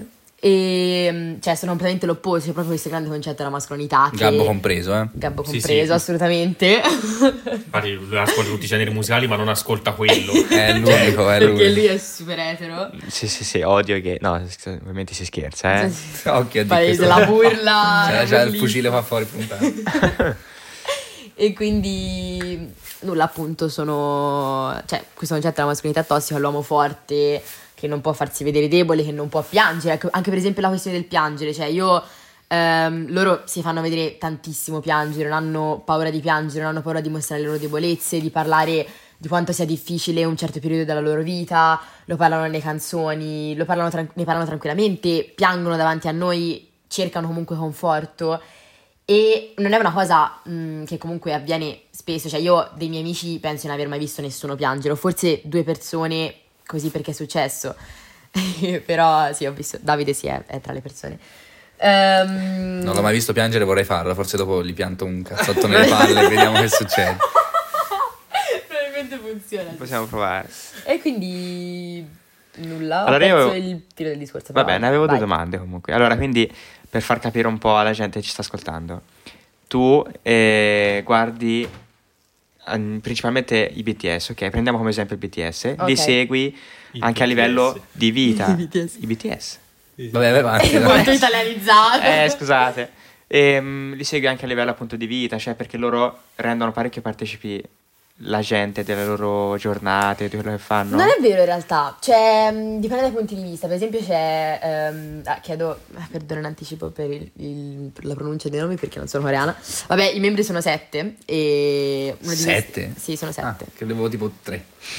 E cioè sono completamente l'opposto, c'è proprio questo grande concetto della mascolinità che... Gabbo compreso, eh. Gabbo Sì, compreso, sì. assolutamente. Infatti lui ascolta tutti i generi musicali, ma non ascolta quello. È l'unico, è Perché lui. lui è super etero. Sì, sì, sì, odio che... No, ovviamente si scherza, eh. Occhio a Palese, questo. la burla. C'è, la c'è il burlissima. fucile fa fuori puntato. E quindi nulla, appunto, sono, cioè, questo concetto della mascolinità tossica, l'uomo forte che non può farsi vedere debole, che non può piangere. Ecco, anche per esempio la questione del piangere, cioè io ehm, loro si fanno vedere tantissimo piangere, non hanno paura di piangere, non hanno paura di mostrare le loro debolezze, di parlare di quanto sia difficile un certo periodo della loro vita, lo parlano nelle canzoni, lo parlano tran- ne parlano tranquillamente, piangono davanti a noi, cercano comunque conforto. E non è una cosa mh, che comunque avviene spesso, cioè io dei miei amici penso di non aver mai visto nessuno piangere, o forse due persone così perché è successo. Però sì, ho visto, Davide sì, è, è tra le persone. Ehm, Non l'ho mai visto piangere, vorrei farlo. Forse dopo gli pianto un cazzotto nelle palle e vediamo che succede. Probabilmente funziona. Possiamo provare. E quindi nulla, ho Allora io- perso il filo del discorso. Va però bene, avevo due vai. domande comunque. Allora, quindi, per far capire un po' alla gente che ci sta ascoltando, tu eh, guardi ehm, principalmente i B T S, ok? Prendiamo come esempio il B T S, Ok. li segui I anche a B T S. livello di vita. I B T S. I B T S. Vabbè, vai avanti. È dai. molto italianizzato. Eh, scusate. Ehm, li segui anche a livello appunto di vita, cioè perché loro rendono parecchio partecipi la gente delle loro giornate, di quello che fanno. Non è vero in realtà, cioè mh, dipende dai punti di vista. Per esempio c'è, ehm, ah, chiedo, ah, perdono in anticipo per, il- il- per la pronuncia dei nomi perché non sono coreana. Vabbè, i membri sono sette e... uno di Sette? questi- Sì, sono Ah, sette. credevo tipo tre.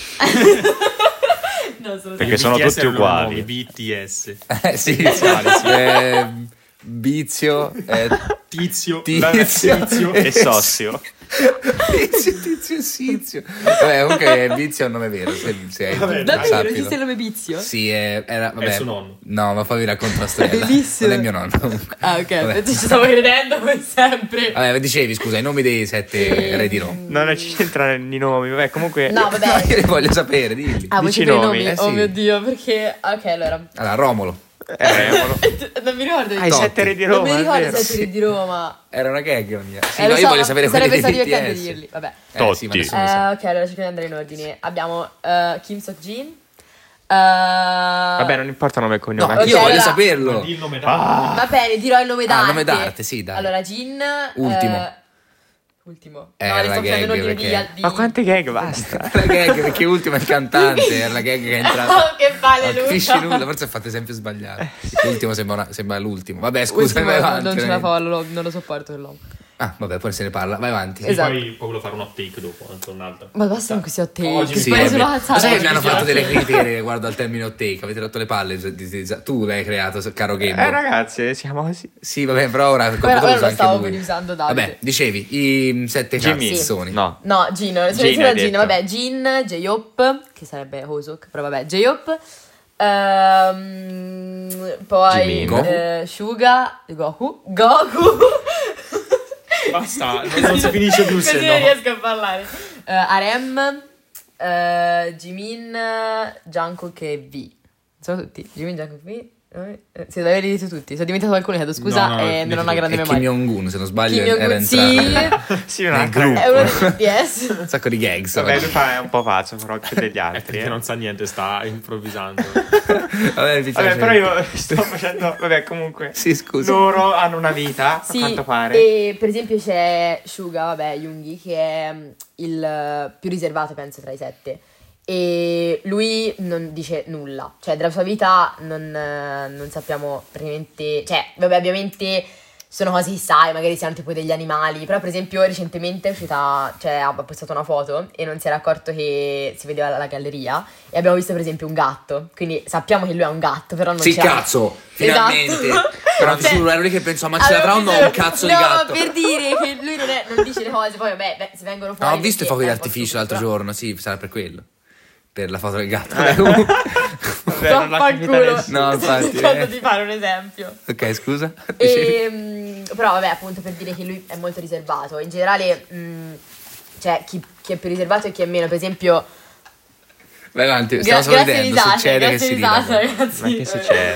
No, sono Perché sette. sono B T S tutti erano uguali. nuovi, B T S. Eh, sì, sì, eh, Bizio, eh, Tizio, Tizio Tizio E Sossio. Tizio, Tizio e Sizio. Vabbè, comunque Bizio è un nome vero, se, se hai Vabbè, Davvero, sappilo. esiste il nome Bizio? Sì, è, era, vabbè. È suo nonno. No, ma fammi raccontare la storia. Bellissimo. Non è mio nonno. comunque. Ah, ok, Vabbè. ci stavo credendo come sempre. Vabbè, dicevi, scusa, i nomi dei sette re di Roma. Non ci c'entrano i nomi, vabbè, comunque... No, No, vabbè. io li voglio sapere, dilli. Ah, vuoi Dici i sapere i nomi? nomi? Eh, Oh sì. mio Dio, perché... Ok, allora. Allora, Romolo. Eh, Romolo. Non mi ricordo i Ah, i Totti. sette re di Non Roma, mi è ricordo vero. i sette di Roma. Era una gag la mia. Sì, Eh, no, lo io so, voglio sapere quelli sarebbe dei stato divertente B T S. dirli. Vabbè. Eh, sì, ma Totti. nessuno lo sa. Eh, ok, allora cerchiamo di andare in ordine. Abbiamo eh, Kim Sok-jin. Uh, Vabbè, non importa nome e cognome. No, anche io ok, voglio allora- saperlo. Di il nome Ah, Va bene, dirò il nome Ah, d'arte. nome d'arte, sì, dai. Allora, Jin. Ultimo. eh, ultimo. Eh, no, la li sto facendo in gag, ordine di, perché- di... ma quante gag, basta. La gag, perché ultimo è il cantante, era la gag che è entrata. Oh, che palle, Non Luca. capisci nulla, forse ha fatto esempio sbagliato. L'ultimo sembra, una- sembra l'ultimo. Vabbè, scusa, Ultimo, vai non, avanti. non ce la veramente. fa, non lo, non lo sopporto quell'uomo. Ah, vabbè, poi se ne parla, vai avanti. E Esatto. poi, poi volevo fare un hot take dopo, anche un'altra. Ma basta con questi hot take. Oggi Che mi Sì, poi è sono vero. cazzate. Lo sai che mi Oggi hanno mi fatto piace. delle critiche riguardo al termine hot take? Avete rotto le palle. di- di- di- Tu l'hai creato, caro Game. Eh, ragazzi, siamo così. Sì, vabbè, però ora è colpa Ora- tua, ora usa lo stavo anche lui. riusando, Davide. Vabbè, dicevi, i sette Jimmy. cazzoni. No. No, Jin, sono Jin, solo hai Jin, detto. vabbè, Jin, J-Hope, che sarebbe Hoseok, però vabbè, J-Hope, ehm, poi Jimin. eh, Suga, Goku, Goku, Basta, non, non si finisce più se così no. non riesco a parlare, Eh, Arem, eh, Jimin, Jungkook e V, sono tutti, Jimin, Jungkook e V, eh, sì, li avevi detto tutti, sono diventato qualcuno, chiedo scusa, No, no, e li non ho una dico. grande E Kim memoria. Jong-un, se non sbaglio, Kim era Jong-un, entrato. sì, Sì, Nel un'altra gruppo. è uno dei B T S. Un sacco di gags. Vabbè, vabbè. lui fa è un po' pazzo, però più degli È altri. perché eh. non sa niente, sta improvvisando. Vabbè, mi piace. Vabbè, però io sto facendo. Vabbè, comunque. Sì, scusa. Loro hanno una vita, Sì, a quanto pare. e per esempio c'è Suga, vabbè, Yoongi, che è mm, il eh, più riservato, penso, tra i sette. E lui non dice nulla, cioè della sua vita non, eh, non sappiamo praticamente, cioè, vabbè, ovviamente sono cose che sai, magari siano tipo degli animali, però per esempio recentemente è uscita, cioè ha postato una foto e non si era accorto che si vedeva la, la galleria e abbiamo visto per esempio un gatto, quindi sappiamo che lui è un gatto, però non Sì, ce l'ha. cazzo, finalmente. Esatto. Però ti Cioè, giuro, ero lì che penso, ma ce allora, l'avrà o no bisogna- un cazzo di no, gatto? ma per dire che lui non, è, non dice le cose, poi vabbè, beh, si vengono No, fuori. ho visto i perché fuochi è un po' d'artificio stupido, l'altro però- giorno, sì, sarà per quello. Per la foto del gatto. Eh. Vabbè, non l'ha capita Vaffanculo. nessuno. No, infatti, Sto cercando eh. di fare un esempio. Ok, scusa. Dicevi? E, mm, però vabbè, appunto per dire che lui è molto riservato. In generale, mm, cioè, chi, chi è più riservato e chi è meno. Per esempio, Vai avanti, stiamo gra- solo grazie ridendo, risate, succede che grazie si risate, rida. ragazzi. Ma che succede?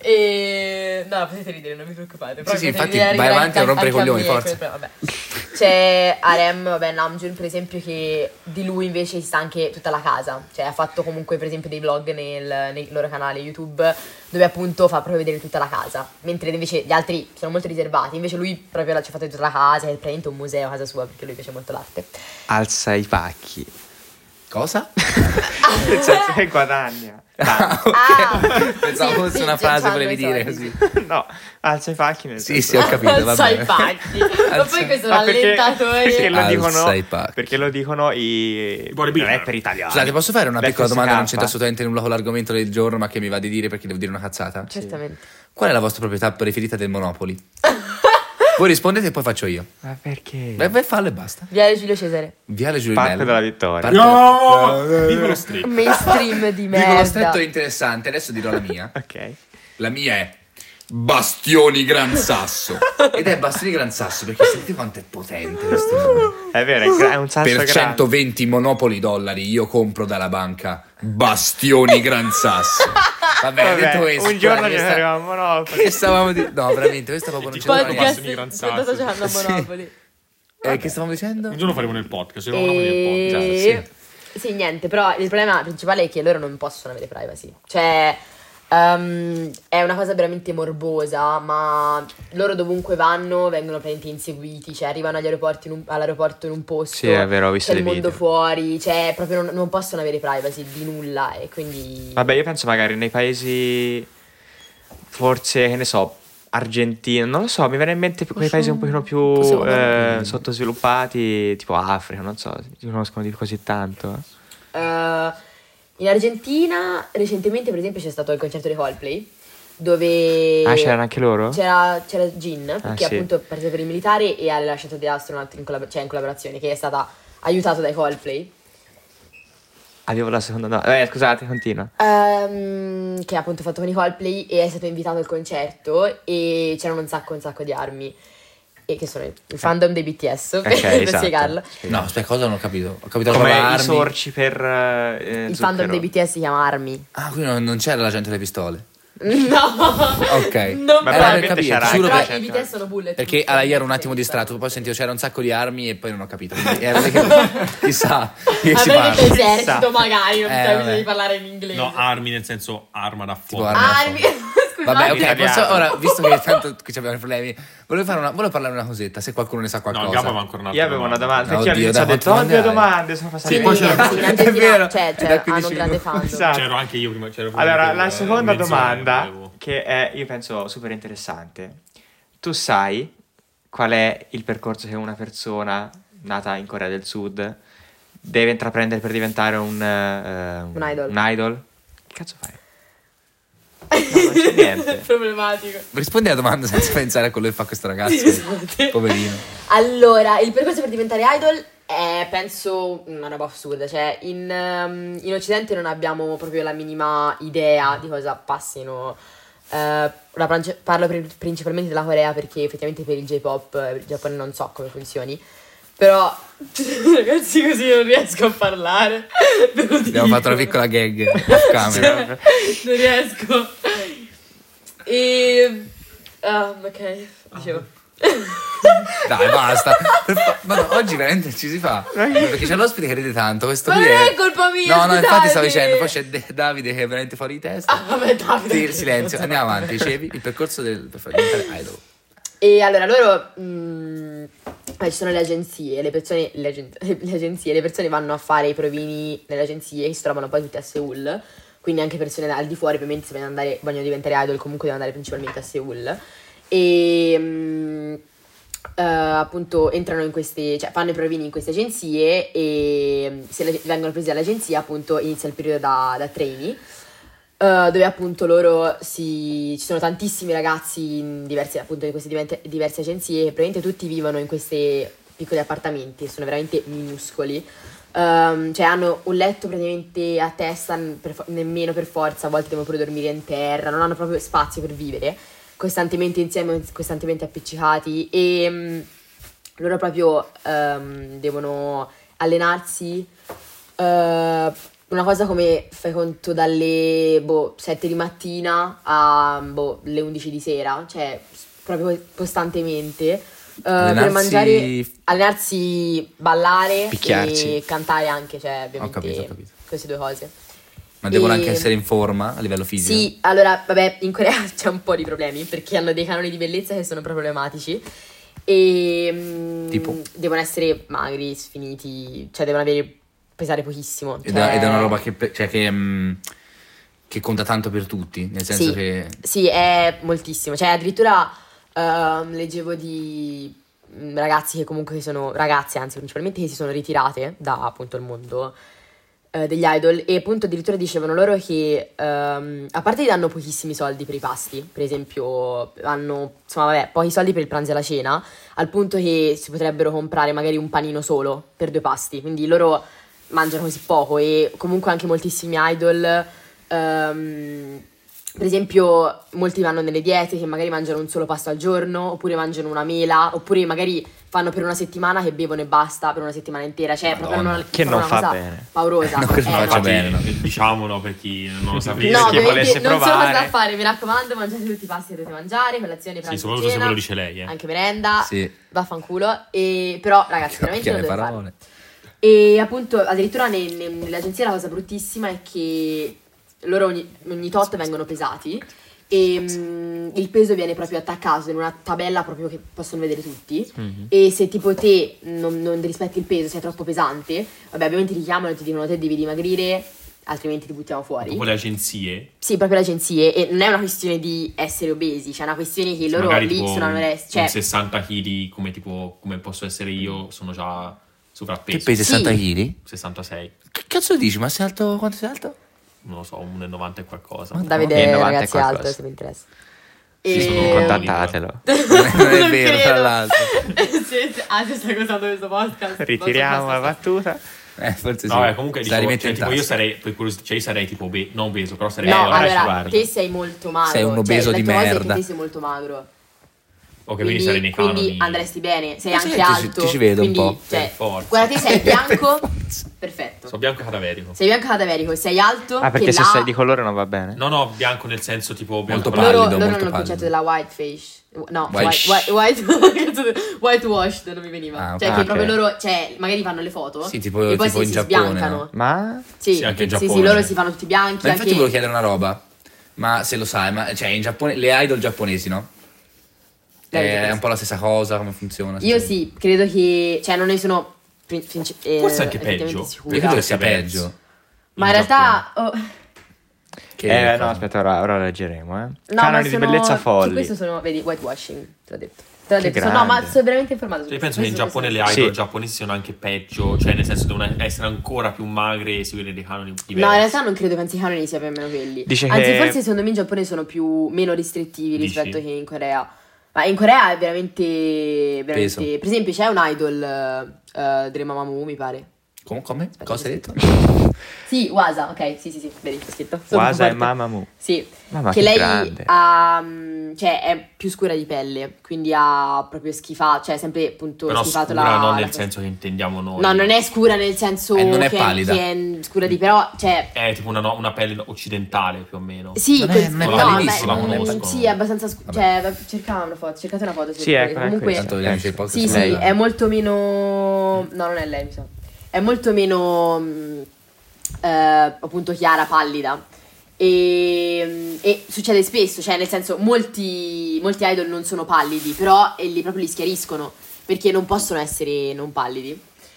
E no, potete ridere, non vi preoccupate. Sì, sì, potete infatti ridere vai avanti a rompere i anche a coglioni, me, forza. quel- vabbè. C'è Arem, vabbè, Namjoon per esempio, che di lui invece si sta anche tutta la casa. Cioè ha fatto comunque per esempio dei vlog nel, nei loro canali YouTube dove appunto fa proprio vedere tutta la casa. Mentre invece gli altri sono molto riservati. Invece lui proprio ci ha fatto tutta la casa, è praticamente un museo a casa sua perché lui piace molto l'arte. Alza i pacchi. Cosa? Nel senso che guadagna. Ah, ok. Ah, Pensavo sì, fosse sì, una frase c'hanno volevi i dire soldi. così. No, alza i pacchi nel Sì, senso. sì, ho capito, va Alza i bene. pacchi. Ma Alza- poi questo Ma perché, rallentatore. perché lo Alza dicono i pacchi. perché lo dicono i bodybuilder. rapper italiani. Scusate, posso fare una L'F piccola S K? domanda? Non c'entra assolutamente nulla con l'argomento del giorno, ma che mi va di dire perché devo dire una cazzata. Certamente. Qual è la vostra proprietà preferita del Monopoli? Voi rispondete e poi faccio io. Ma perché? Beh, beh, fallo e basta. Viale Giulio Cesare. Viale Giulio Parco Bello. della Vittoria. Parco- No! Piccolo stretto. Mainstream di Vicolo stretto è merda. interessante, adesso dirò la mia. Ok. La mia è Bastioni Gran Sasso. Ed è Bastioni Gran Sasso perché sentite quanto è potente questo nome. È vero, è, gra- è un sasso Per grande. centoventi monopoli dollari io compro dalla banca Bastioni Gran Sasso. Vabbè, Vabbè, detto questo, un giorno guarda, ce che ne sta- arriviamo a Monopoli. che stavamo di... No, veramente, questo proprio non c'entra niente. Podcast Bastoni Gran sta Sasso. giocando a Sì. Monopoli. Eh, che stavamo dicendo? Un giorno faremo nel podcast, ce lo faremo nel E... podcast. Sì. niente, però il problema principale è che loro non possono avere privacy. Cioè, ehm, è una cosa veramente morbosa, ma loro dovunque vanno vengono praticamente inseguiti, cioè arrivano agli aeroporti in un- all'aeroporto in un posto, Sì, è vero, ho visto c'è il dei mondo video. fuori, cioè proprio non, non possono avere privacy di nulla e quindi... Vabbè, io penso magari nei paesi forse, che ne so, Argentina, non lo so, mi viene in mente quei paesi un pochino più Possiamo eh, andare- sottosviluppati, tipo Africa, non so, si conoscono di così tanto. eh. Eh, in Argentina recentemente per esempio c'è stato il concerto di Coldplay dove Ah, c'erano anche loro? c'era, c'era Jin Ah, che sì. appunto è partito per il militare e ha rilasciato The Astronaut in, collab- cioè in collaborazione, che è stata aiutato dai Coldplay, Avevo la seconda domanda. Eh, scusate, continua. ehm, che ha appunto fatto con i Coldplay e è stato invitato al concerto e c'erano un sacco un sacco di armi e che sono il fandom dei B T S per, Ok, per esatto. spiegarlo. No, aspetta, cosa non ho capito? Ho capito la Come parola i armi. sorci per eh, Il fandom zucchero. dei B T S si chiama Army. Ah, quindi non, non c'era la gente delle pistole. No, Ok. non Ma Era probabilmente per capire, c'era giuro però per- i B T S sono bullet. Perché allora, io ero un attimo distratto, poi sentivo c'era un sacco di armi e poi non ho capito. Quindi era che chissà che A si me che parla. esercito Chissà. magari, non Eh, c'è vabbè. bisogno di parlare in inglese. No, armi nel senso arma da Tipo fuoco. arma da Armi, fuoco. scusate. Vabbè, ok, Italiano. posso, ora, visto che tanto qui abbiamo i problemi, volevo, fare una, volevo parlare una cosetta, se qualcuno ne sa No, qualcosa. Gabba aveva ancora un'altra Io avevo una domanda, perché Oddio, io all'inizio ho dai, detto, quante oh, due domande hai? domande, sono passate Sì, via. poi c'era- Sì, in È Argentina vero, cioè, è cioè, da hanno quindici un grande minuti. fandom. Esatto. C'ero anche io prima. C'ero pure Allora, anche io, la eh, seconda mezz'ora domanda, volevo. che è, io penso, super interessante. Tu sai qual è il percorso che una persona nata in Corea del Sud deve intraprendere per diventare un, eh, Un idol. un idol? Che cazzo fai? No, non c'è niente. Problematico. Rispondi alla domanda senza pensare a quello che fa questo ragazzo. Scusate. Poverino. Allora, il percorso per diventare idol è, penso, una roba assurda. Cioè, in, ehm, in Occidente non abbiamo proprio la minima idea di cosa passino. Eh, ora pranci- parlo pri- principalmente della Corea perché effettivamente per il J-pop, eh, il Giappone non so come funzioni. Però, ragazzi, così non riesco a parlare. Ve lo Abbiamo dico. fatto una piccola gag off camera. Non riesco. E... ah, ok, dicevo. Dai, basta. Per fa- Ma no, oggi veramente ci si fa. Perché c'è l'ospite che ride tanto. Questo Ma qui non è... è colpa mia, No, no, infatti scusate. stavo dicendo. Poi c'è De- Davide che è veramente fuori di testa. Ah, vabbè, Davide. Sì, il silenzio. Andiamo avanti. Dicevi il percorso del, per far diventare idol. E allora loro mh, eh, ci sono le agenzie, le persone le, agen- le agenzie, le persone vanno a fare i provini nelle agenzie che si trovano poi tutte a Seoul. Quindi anche persone da- al di fuori, ovviamente, se vogliono andare, vogliono diventare idol, comunque devono andare principalmente a Seoul. E mh, eh, appunto entrano in queste, cioè fanno i provini in queste agenzie e se le- vengono presi dall'agenzia, appunto inizia il periodo da, da trainee. Uh, dove appunto loro si... ci sono tantissimi ragazzi in diverse, appunto, in queste divente- diverse agenzie che praticamente tutti vivono in questi piccoli appartamenti, sono veramente minuscoli. Um, cioè hanno un letto praticamente a testa, n- per fo- nemmeno per forza, a volte devono pure dormire in terra, non hanno proprio spazio per vivere, costantemente insieme, costantemente appiccicati e um, loro proprio um, devono allenarsi uh, una cosa come, fai conto, dalle boh, sette di mattina a boh, le undici di sera, cioè proprio costantemente. Uh, per mangiare, allenarsi, ballare Picchiarsi. e cantare anche, cioè Ho capito, ho ovviamente capito. queste due cose. Ma devono E- anche essere in forma a livello fisico? Sì, allora, vabbè, in Corea c'è un po' di problemi perché hanno dei canoni di bellezza che sono problematici e mm, Tipo? devono essere magri, sfiniti, cioè devono avere pesare pochissimo. Ed, cioè- è, ed è una roba che, pe- cioè, che, mm, che conta tanto per tutti, nel senso Sì. che... Sì, è moltissimo. Cioè, addirittura ehm, leggevo di mm, ragazzi che comunque sono, ragazze anzi, principalmente che si sono ritirate da appunto il mondo eh, degli idol e appunto addirittura dicevano loro che ehm, a parte gli danno pochissimi soldi per i pasti, per esempio hanno insomma vabbè pochi soldi per il pranzo e la cena, al punto che si potrebbero comprare magari un panino solo per due pasti, quindi loro mangiano così poco e comunque anche moltissimi idol ehm, per esempio molti vanno nelle diete che magari mangiano un solo pasto al giorno oppure mangiano una mela oppure magari fanno per una settimana che bevono e basta per una settimana intera, cioè proprio Madonna. una, Che proprio non una fa cosa bene. paurosa. No, che non Eh, faccia Infatti, bene, no. diciamolo per chi non lo sapesse. No, chi ovviamente volesse non so provare. cosa fare, mi raccomando, mangiate tutti i pasti che dovete mangiare, colazione, Sì, pranzo, soprattutto se cena, ve lo dice lei, eh. anche merenda, Sì. vaffanculo. E però ragazzi, veramente Che lo dovete fare. parole. E appunto addirittura ne- ne- nell'agenzia la cosa bruttissima è che loro ogni, ogni tot vengono pesati e mm, il peso viene proprio attaccato in una tabella proprio che possono vedere tutti e se tipo te non, non rispetti il peso, sei troppo pesante, vabbè ovviamente ti chiamano e ti dicono te devi dimagrire altrimenti ti buttiamo fuori. Dopo le agenzie, Sì, proprio le agenzie e non è una questione di essere obesi, cioè è una questione che loro magari lì tipo sono un, anoressici, un cioè sessanta chili come, tipo, come posso essere io, sono già sovrappeso. Che pesi Sì. sessanta chili? sessantasei, Che cazzo dici? Ma sei alto? Quanto sei alto? non lo so, uno virgola novanta e qualcosa. da no, vedere che novanta ragazzi e alto qualcosa. se vi interessa. Sì, E- sono Contattatelo. Non è Non vero, tra credo. l'altro. Sì, sì. Ah, si sta gustando questo podcast. Ritiriamo la battuta. Eh, forse sì. No, eh, comunque Se la dicevo, rimetti cioè, in tipo, io tasca. sarei, per curiosità, cioè io sarei tipo obe- non obeso, però sarei No, Eh, ora ci allora, guardo. te sei molto magro. Sei un obeso cioè, di la tua cosa è che merda. te sei molto magro. Ok, quindi, Quindi, sarei nei quindi canoni. andresti bene, sei Ma anche sì, ti ci- alto. ti ci vedo un quindi, po'. Cioè, Per forza. guarda, te sei bianco, perfetto. Sono bianco e cadaverico. Sei bianco cadaverico, sei alto. Ah, perché che se là- sei di colore non va bene? No, no, bianco nel senso tipo bianco Molto loro, pallido, loro molto hanno il pallido. concetto della white face. No, White- white, white, white, whitewashed non mi veniva. Ah, ok. Cioè, Ah, che ok. proprio loro, cioè, magari fanno le foto Sì, tipo- e poi tipo si, in si Giappone, sbiancano. no? Ma Sì, Sì, anche in sì, sì, Giappone. loro si fanno tutti bianchi. Ma infatti anche... volevo chiedere una roba. Ma se lo sai, ma cioè in Giappone le idol giapponesi, no? Le idol È giapponesi. un po' la stessa cosa, come funziona? Io sì, credo che... Cioè, non ne sono... prin- princi- eh, Forse anche effettivamente peggio. sicura. Io credo che sia Diverso. peggio. Ma in realtà... oh, Che Eh, no, cosa? aspetta, ora, ora lo leggeremo, eh. no, Canoni ma di sono- bellezza Su folli. questo sono... Vedi, whitewashing, te l'ho detto. Te l'ho Che detto. Sono- no, ma grande. sono veramente informato su Cioè, io questo. penso che in Questo- Giappone le questo- idol Sì. giapponesi siano anche peggio, cioè nel senso devono essere ancora più magre e seguire dei canoni diversi. No, in realtà non credo pensi i canoni sia per meno quelli. Dice Anzi, che- forse secondo me in Giappone sono più meno restrittivi Dici? rispetto che in Corea. Ma in Corea è veramente, veramente... Peso. Per esempio c'è un idol, uh, Dre Mamamoo, mi pare. Com- come? Cosa hai detto? Sì, Wasa, ok, sì, sì, sì, vedi, c'è scritto. Sono Wasa e forte. Mamamoo. Sì, Mamma, che che lei grande. ha, mm, cioè è più scura di pelle, quindi ha proprio schifato, cioè sempre appunto Però schifato scura la... non la- nel senso che intendiamo noi. No, non è scura nel senso Eh, non è che, pallida. che è scura di, però, cioè... È tipo una, no- una pelle occidentale più o meno. Sì, Non è- quel- non è no, pallidissima, beh, non la mm, conosco. sì, è abbastanza scu- Vabbè. cioè, cercava una foto, cercate una foto. se Sì, volete. ecco, comunque questa. Tanto vediamo se il podcast sì, su sì, lei. è molto meno no, non è lei, mi sa. È molto meno mh, eh, appunto chiara, pallida. E, e succede spesso, cioè nel senso molti, molti idol non sono pallidi, però e li proprio li schiariscono perché non possono essere non pallidi.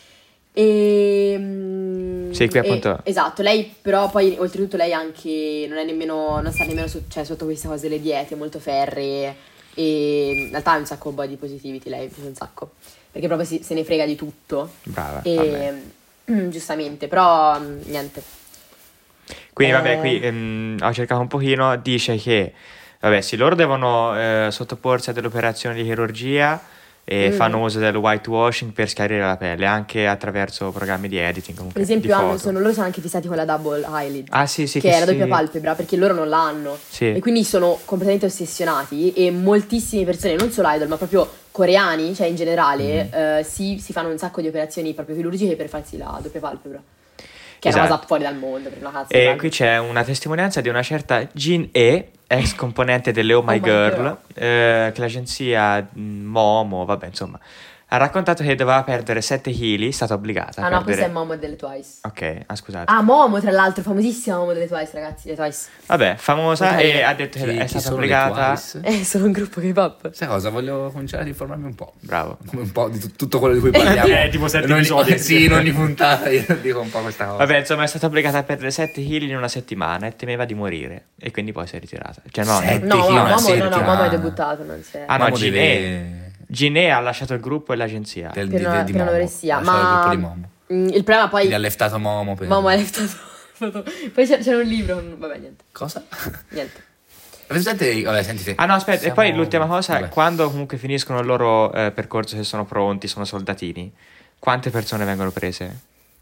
E, mm, Sì, qui e- appunto- esatto, lei però poi oltretutto lei anche non è nemmeno non sta nemmeno su- cioè, sotto queste cose delle diete molto ferree e in realtà ha un sacco un body positivity, lei piace un sacco perché proprio si- se ne frega di tutto Brava. vabbè. e mm, giustamente, però mm, niente. Quindi Eh. vabbè, qui ehm, ho cercato un pochino, dice che, vabbè, sì, loro devono eh, sottoporsi a delle operazioni di chirurgia e Mm. fanno uso del whitewashing per schiarire la pelle, anche attraverso programmi di editing, comunque, Per esempio di hanno, foto. sono, loro sono anche fissati con la double eyelid, Ah sì, sì, che è la sì. doppia palpebra, perché loro non l'hanno. Sì. E quindi sono completamente ossessionati e moltissime persone, non solo idol, ma proprio coreani, cioè in generale, Mm. eh, si, si fanno un sacco di operazioni proprio chirurgiche per farsi la doppia palpebra. Che, Che è una Esatto. cosa fuori dal mondo per una cazzo. E grande. qui c'è una testimonianza di una certa Jin E, ex componente delle Oh My Oh My Girl, Girl. eh, che l'agenzia mm, Momo, vabbè insomma, ha raccontato che doveva perdere sette chili, è stata obbligata a Ah no, perdere... questa è Momo delle Twice. Ok, ah, scusate. Ah, Momo, tra l'altro, famosissima Momo delle Twice, ragazzi, le Twice. Vabbè, famosa Ok. e ha detto che Chi- è chi stata sono le obbligata... Twice? Eh, sono un gruppo K-pop. Sai cosa? Voglio cominciare ad informarmi un po'. Bravo. Come un po' di tut- tutto quello di cui parliamo. Eh, tipo sette In ogni- episodi. Sì, in ogni puntata io dico un po' questa cosa. Vabbè, insomma, è stata obbligata a perdere sette chili in una settimana e temeva di morire. E quindi poi si è ritirata. Cioè, no, Sette? no. No, Chi no, una Momo, no, no, settimana? Momo è debuttato, non si è. Ah, no, Momo Gine. deve... Gine ha lasciato il gruppo e l'agenzia. del- per di- una, di per Momo. un'anoressia, Lasciare il ma gruppo di Momo. mm, il problema poi Quindi ha leftato Momo per... Momo ha leftato. Poi c'era, c'era un libro, vabbè, niente, Cosa? niente. Avete... Vabbè, sentite. Ah no, aspetta, Siamo- e poi l'ultima cosa, Vabbè. quando comunque finiscono il loro eh, percorso, se sono pronti, sono soldatini, quante persone vengono prese?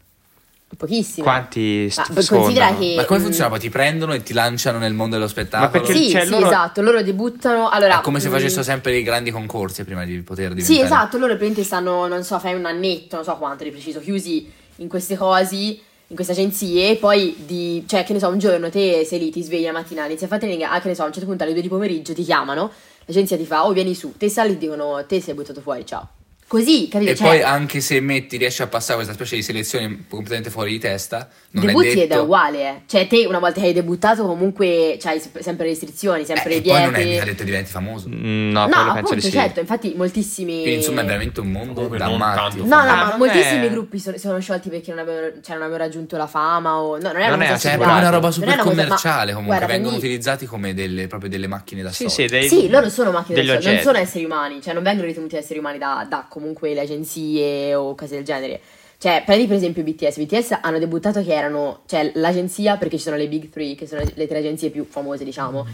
Pochissime. Quanti Ma st- poi considera sfondano? che Ma come mm, funziona? Poi ti prendono e ti lanciano nel mondo dello spettacolo? Ma perché- Sì, cioè, sì, loro- esatto, loro debuttano, allora È come se mm, facessero sempre dei grandi concorsi prima di poter diventare... Sì, esatto, loro praticamente stanno, non so, fai un annetto, non so quanto di preciso, chiusi in queste cose, in queste agenzie, e poi di, cioè, che ne so, un giorno te sei lì, ti svegli la mattina, inizi a fare training, ah, che ne so, a un certo punto alle due di pomeriggio ti chiamano, l'agenzia ti fa, oh, vieni su, te sali e dicono, te sei buttato fuori, ciao. Così, capito? E Cioè, poi anche se metti, riesci a passare questa specie di selezione completamente fuori di testa, non debutti è detto... ed è uguale, eh. Cioè, te una volta che hai debuttato comunque c'hai sep- sempre restrizioni, sempre Eh, e diete. poi non è mica detto diventi famoso. Mm, No, No, quello penso appunto, di sì. certo, infatti moltissimi... Quindi insomma è veramente un mondo Comunque da non matti. tanto. No, no, Ah, ma non moltissimi è- gruppi sono, sono sciolti perché non avevano, cioè, non avevano raggiunto la fama o... No, non è Non una è cosa Cioè, è assicurato. proprio una roba Non è super una cosa- ma- commerciale comunque, guarda, vengono prendi- utilizzati come delle, proprio delle macchine da Sì, soldi. sì, dei- Sì, loro sono macchine degli del soldo, non oggetti. sono esseri umani, cioè non vengono ritenuti esseri umani da, da comunque le agenzie o cose del genere. Cioè, prendi per esempio i B T S. I B T S hanno debuttato che erano, cioè, l'agenzia, perché ci sono le Big Three, che sono le tre agenzie più famose, diciamo,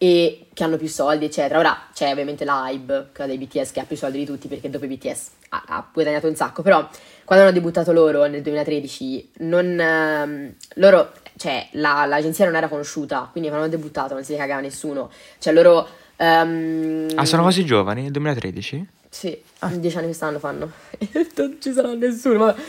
e che hanno più soldi, eccetera. Ora c'è ovviamente l'Hybe, quella dei B T S, che ha più soldi di tutti, perché dopo i B T S ha, ha guadagnato un sacco. Però, quando hanno debuttato loro nel duemilatredici, non... ehm, loro, cioè, la- l'agenzia non era conosciuta, quindi quando hanno debuttato non si li cagava nessuno. Cioè, loro... ehm, Ah, sono così giovani? Nel duemilatredici? sì, dieci anni quest'anno fanno. Non ci sarà nessuno, vabbè.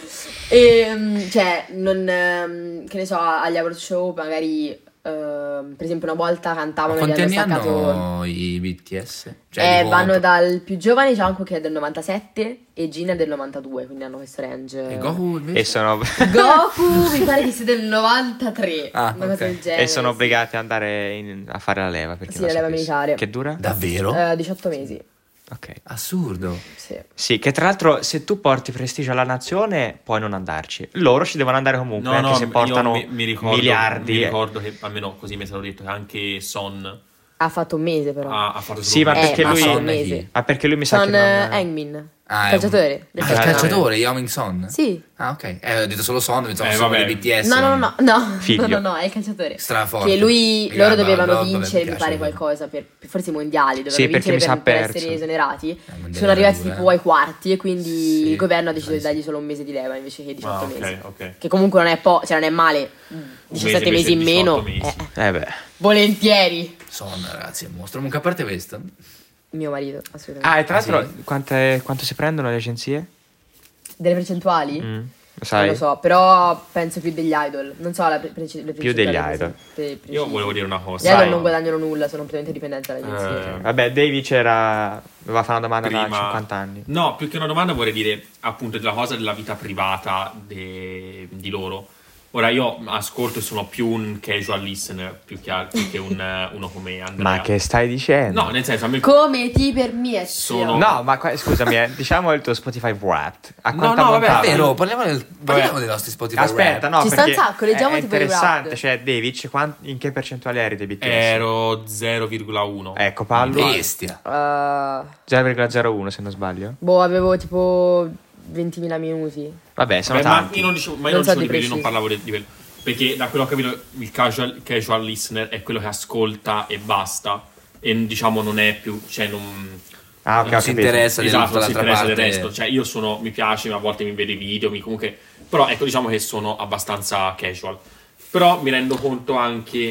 E, mm, cioè, non... ehm, che ne so, agli award show magari... ehm, per esempio una volta Ma cantavano e quanti gli anni hanno staccato... hanno i B T S? Cioè, Eh, dico, vanno dal più giovane Jungkook che è del novantasette e Jin è del novantadue, quindi hanno questo range. E Goku invece? E sono, Goku mi pare che sia del novantatré, Ah, una cosa ok. del genere. e sono sì. obbligati ad andare in- a fare la leva. Perché Sì, non la leva sapessi. militare. Che dura? Davvero? Eh, diciotto mesi, Ok. Assurdo. sì. Sì, che tra l'altro se tu porti prestigio alla nazione puoi non andarci. Loro ci devono andare comunque, No, anche no, se portano io mi, mi ricordo, miliardi. Mi ricordo che, almeno così mi è stato detto, che anche Son Ha fatto un mese però. ha, ha fatto Sì, ma solo un perché Eh, ma lui... fa un Son è chi? mese. Ah, perché lui mi sa Son che non... Hangmin, Ah, è calciatore. un... del Ah, il Eh, calciatore, Yao Ming Son? Sì. Ah, ok. Eh, ho detto solo Son, pensavo Eh, solo vabbè. dei B T S. No, no, no, no, Figlio. no, no, no, è il calciatore. Straforte. Che lui, Mi loro garba, dovevano vabbè, vincere, mi mi piace pare, quello. qualcosa per, per forse i mondiali, dovevano Sì, perché vincere mi sa per, per perso. essere esonerati. mondiali Sono arrivati era dura, tipo eh. ai quarti e quindi Sì, il governo ha deciso di sì. dargli solo un mese di leva invece che diciotto Ah, mesi. ok, ok. Che comunque non è po', cioè non è male, diciassette invece mesi in meno. diciotto mesi. Eh, Eh beh. volentieri. Son, ragazzi, è un mostro. Comunque, a parte questo, Mio marito, assolutamente. Ah, e tra Ah, sì? l'altro quante- quanto si prendono le agenzie? Delle percentuali? Mm, lo Non sai? lo so, però penso più degli idol. Non so la pre- preci- le Più degli percentuali idol. pre- Io precise. volevo dire una Gli cosa. idol Sai. non guadagnano nulla, sono completamente dipendenti dall'agenzia. Eh, Vabbè, David c'era... Doveva fare una domanda da Prima- cinquanta anni. No, più che una domanda vorrei dire appunto della cosa della vita privata de- di loro. Ora io ascolto e sono più un casual listener più che, al- più che un, eh, uno come Andrea. Ma che stai dicendo? No, nel senso a me Come ti permetti? Sono- No, ma qua- scusami, eh, diciamo il tuo Spotify Wrapped. A No, quanta no, vabbè, montata? è vero, parliamo, del, parliamo dei nostri Spotify Aspetta, rap. no, Ci sta un perché sacco, leggiamo è tipo i interessante. Wrapped. Cioè, David, quan- in che percentuale eri dei B T S? ero zero virgola uno. Ecco, Pallo, Bestia. Uh, zero virgola zero uno se non sbaglio. boh, avevo tipo ventimila minuti. Vabbè, sono Vabbè, ma tanti. io non dicevo, ma io Non non so dicevo di di quelli, io non preciso. parlavo di, di quello. Perché da quello che ho capito il casual, casual listener è quello che ascolta e basta. E diciamo non è più, cioè non... Ah, ok, Non ho si capito. interessa Esatto, non si dell'altra interessa parte. del resto. Cioè io sono, mi piace, a volte mi vedo i video, mi comunque... Però ecco, diciamo che sono abbastanza casual. Però mi rendo conto anche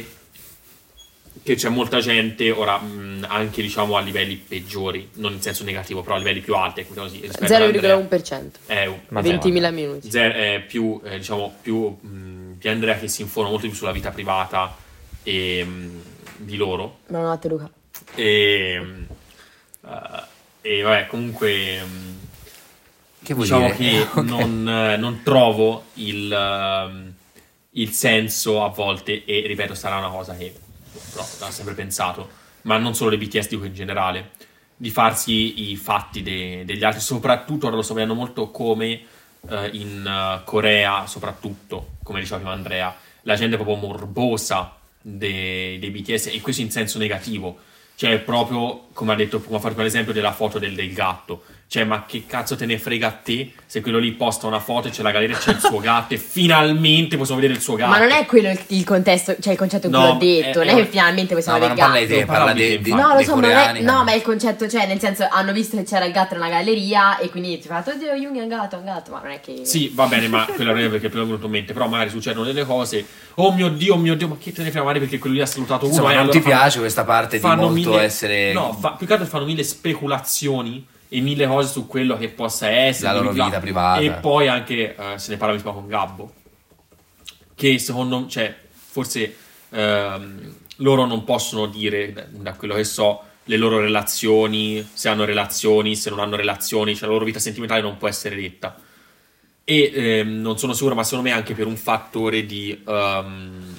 che c'è molta gente, ora, mh, anche diciamo a livelli peggiori, non in senso negativo, però a livelli più alti, ecco, così, rispetto ad zero virgola uno Andrea. per cento. È un- Madonna. ventimila minuti. Zero- è più, eh, diciamo, più mh, di Andrea che si informa molto di più sulla vita privata e, mh, di loro. Buonanotte Luca. E, uh, e vabbè, comunque mh, Che vuol diciamo dire? che Ok. non, eh, non trovo il, ehm, il senso a volte, e ripeto, sarà una cosa che però, ho sempre pensato, ma non solo dei B T S, dico in generale, di farsi i fatti de- degli altri, soprattutto ora lo sto vedendo molto come eh, in eh, Corea, soprattutto, come diceva prima Andrea, la gente è proprio morbosa dei, dei B T S, e questo in senso negativo. Cioè, proprio come ha detto, come ha fatto l'esempio della foto del, del gatto. Cioè, ma che cazzo te ne frega a te se quello lì posta una foto e c'è la galleria e c'è il suo gatto e finalmente possiamo vedere il suo gatto. Ma non è quello il, il contesto, cioè il concetto in cui No, l'ho detto, è- non è è- che finalmente possiamo No, ma vedere non il parla di gatto. te, parla Parla dei, di dei, te, No, lo dei so, ma, non è, coreani. no, ma è il concetto, cioè nel senso hanno visto che c'era il gatto nella galleria e quindi ti fa oddio Jung è un gatto, è un gatto, ma non è che... Sì, va bene, ma quello non è perché prima è venuto in mente. Però magari succedono delle cose. Oh mio Dio, oh mio Dio, ma che te ne frega magari perché quello lì ha salutato uno. Insomma, e non allora ti fanno- piace questa parte di fanno molto mille- essere... No, fa- più che altro fanno mille speculazioni e mille cose su quello che possa essere. La loro di là. vita privata. E poi anche, eh, se ne parla prima con Gabbo, che secondo me, cioè, forse ehm, loro non possono dire, da- da quello che so, le loro relazioni, se hanno relazioni, se non hanno relazioni, cioè la loro vita sentimentale non può essere detta. E ehm, non sono sicuro, ma secondo me anche per un fattore di ehm,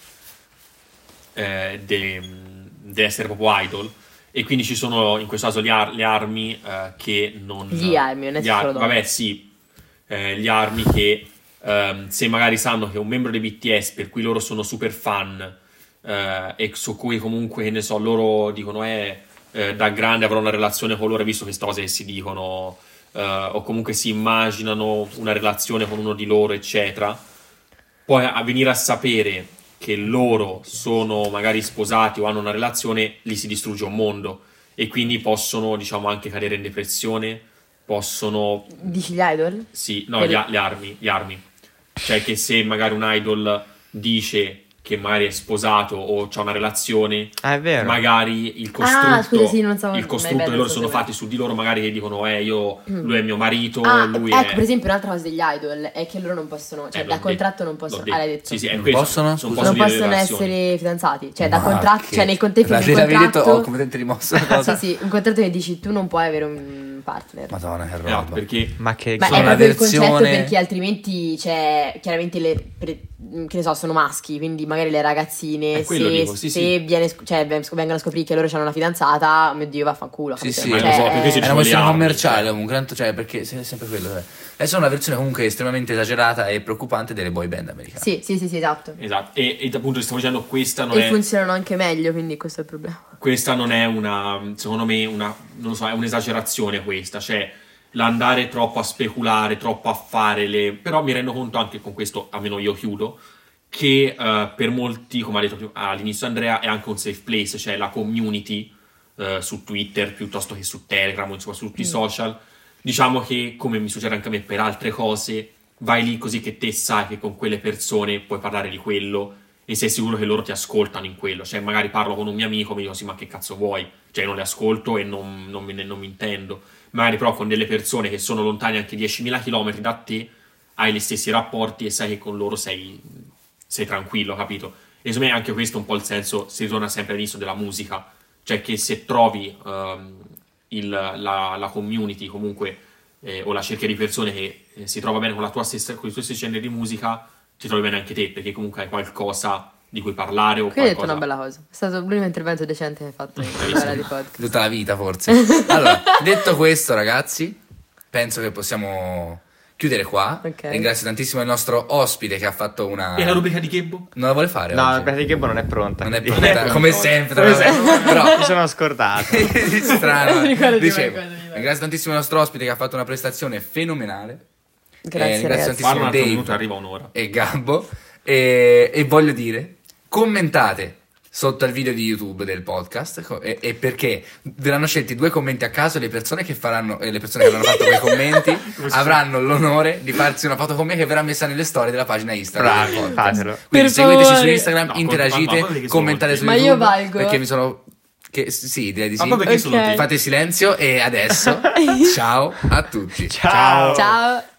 eh, de, de essere proprio idol. E quindi ci sono in questo caso gli ar- le armi eh, che non... Gli armi, non è gli solo donne. Vabbè, sì, eh, gli armi che ehm, se magari sanno che è un membro dei B T S per cui loro sono super fan eh, e su cui comunque, che ne so, loro dicono eh, eh, da grande avrò una relazione con loro, visto queste cose che si dicono, eh, o comunque si immaginano una relazione con uno di loro, eccetera. Poi a venire a sapere che loro sono magari sposati o hanno una relazione, lì si distrugge un mondo e quindi possono, diciamo, anche cadere in depressione, possono... Dici gli idol? Sì, no, Per- gli, a- le armi, gli armi. Cioè che se magari un idol dice che magari è sposato o c'ha una relazione, Ah, è vero. magari il costrutto, Ah, scusa, sì, non so- il mai costrutto bello che loro so sono sapere. fatti su di loro, magari che dicono eh io, lui è mio marito, Ah, lui ecco, è... per esempio un'altra cosa degli idol è che loro non possono, cioè Eh, da l'ho contratto detto, non possono... l'ho Ah, l'hai detto. detto. Sì, sì, è Non questo, possono? non Scusa. possono Non dire possono relazioni. essere fidanzati, cioè da Ma contratto, che- cioè nel contesto di un L'avevi detto, contratto... ho completamente rimosso la cosa. Sì, sì, un contratto che dici tu non puoi avere un partner. Madonna, che Eh, roba. perché Ma che... Ma sono è una proprio il versione- concetto perché altrimenti c'è chiaramente le pre- che ne so, sono maschi, quindi magari le ragazzine È quello se, dico, sì, se sì. Viene, sc- cioè, ven- vengono a scoprire che loro hanno una fidanzata, oh mio Dio, vaffanculo. Sì, capito? sì, Ma Cioè, lo so, perché è- si è una sono questione le armi, commerciale cioè. comunque, tanto, cioè, perché è sempre quello. Cioè. È una versione comunque estremamente esagerata e preoccupante delle boy band americane. Sì, sì, sì, sì, esatto. Esatto, e, e appunto ti stavo dicendo questa non E è... funzionano anche meglio, quindi questo è il problema. questa non è una, secondo me, una, non lo so, è un'esagerazione questa, cioè l'andare troppo a speculare, troppo a fare le... Però mi rendo conto anche con questo, almeno io chiudo, che eh, per molti, come ha detto più- all'inizio Andrea, è anche un safe place, cioè la community eh, su Twitter piuttosto che su Telegram, insomma su tutti i social, diciamo che, come mi succede anche a me per altre cose, vai lì così che te sai che con quelle persone puoi parlare di quello e sei sicuro che loro ti ascoltano in quello. Cioè magari parlo con un mio amico e mi dico sì, ma che cazzo vuoi? Cioè non le ascolto e non, non, me ne- non mi intendo. Magari però con delle persone che sono lontane anche diecimila chilometri da te hai gli stessi rapporti e sai che con loro sei, sei tranquillo, capito? E secondo me anche questo è un po' il senso, si ritorna sempre all'inizio della musica, cioè che se trovi ehm, il- la, la community comunque eh, o la cerchia di persone che eh, si trova bene con la tua stessa, con i tuoi stessi generi di musica, ti trovi bene anche te, perché comunque hai qualcosa di cui parlare o Qui hai detto qualcosa... una bella cosa. È stato l'unico intervento decente che hai fatto in quella di podcast. Tutta la vita forse. Allora, detto questo ragazzi, penso che possiamo chiudere qua. Ok. Ringrazio tantissimo il nostro ospite che ha fatto una... E la rubrica di Gabbo? Non la vuole fare No, oggi? la pratica Gabbo non è pronta. Non è quindi- pronta, come pronta. sempre. Come tra l'altro. sempre. Però Mi sono scordato. strano. Ricordati Dicevo, qualcosa di bello. ringrazio tantissimo il nostro ospite che ha fatto una prestazione fenomenale. Grazie, Eh, ringrazio ragazzi. tantissimo Parla un altro Dave minuto e arriva un'ora. e Gabbo. E, e voglio dire, commentate sotto il video di YouTube del podcast co- e, e perché verranno scelti due commenti a caso, le persone che faranno e le persone che avranno fatto quei commenti avranno l'onore di farsi una foto con me che verrà messa nelle storie della pagina Instagram del Bravi, podcast. fatelo. Quindi Per seguiteci su favore. Instagram, No, interagite, ma- ma- ma- commentate su Ma YouTube io valgo. perché mi sono che, sì, direi di Ma sì. poi perché Ok. solo te? Fate silenzio e adesso ciao a tutti. Ciao. Ciao.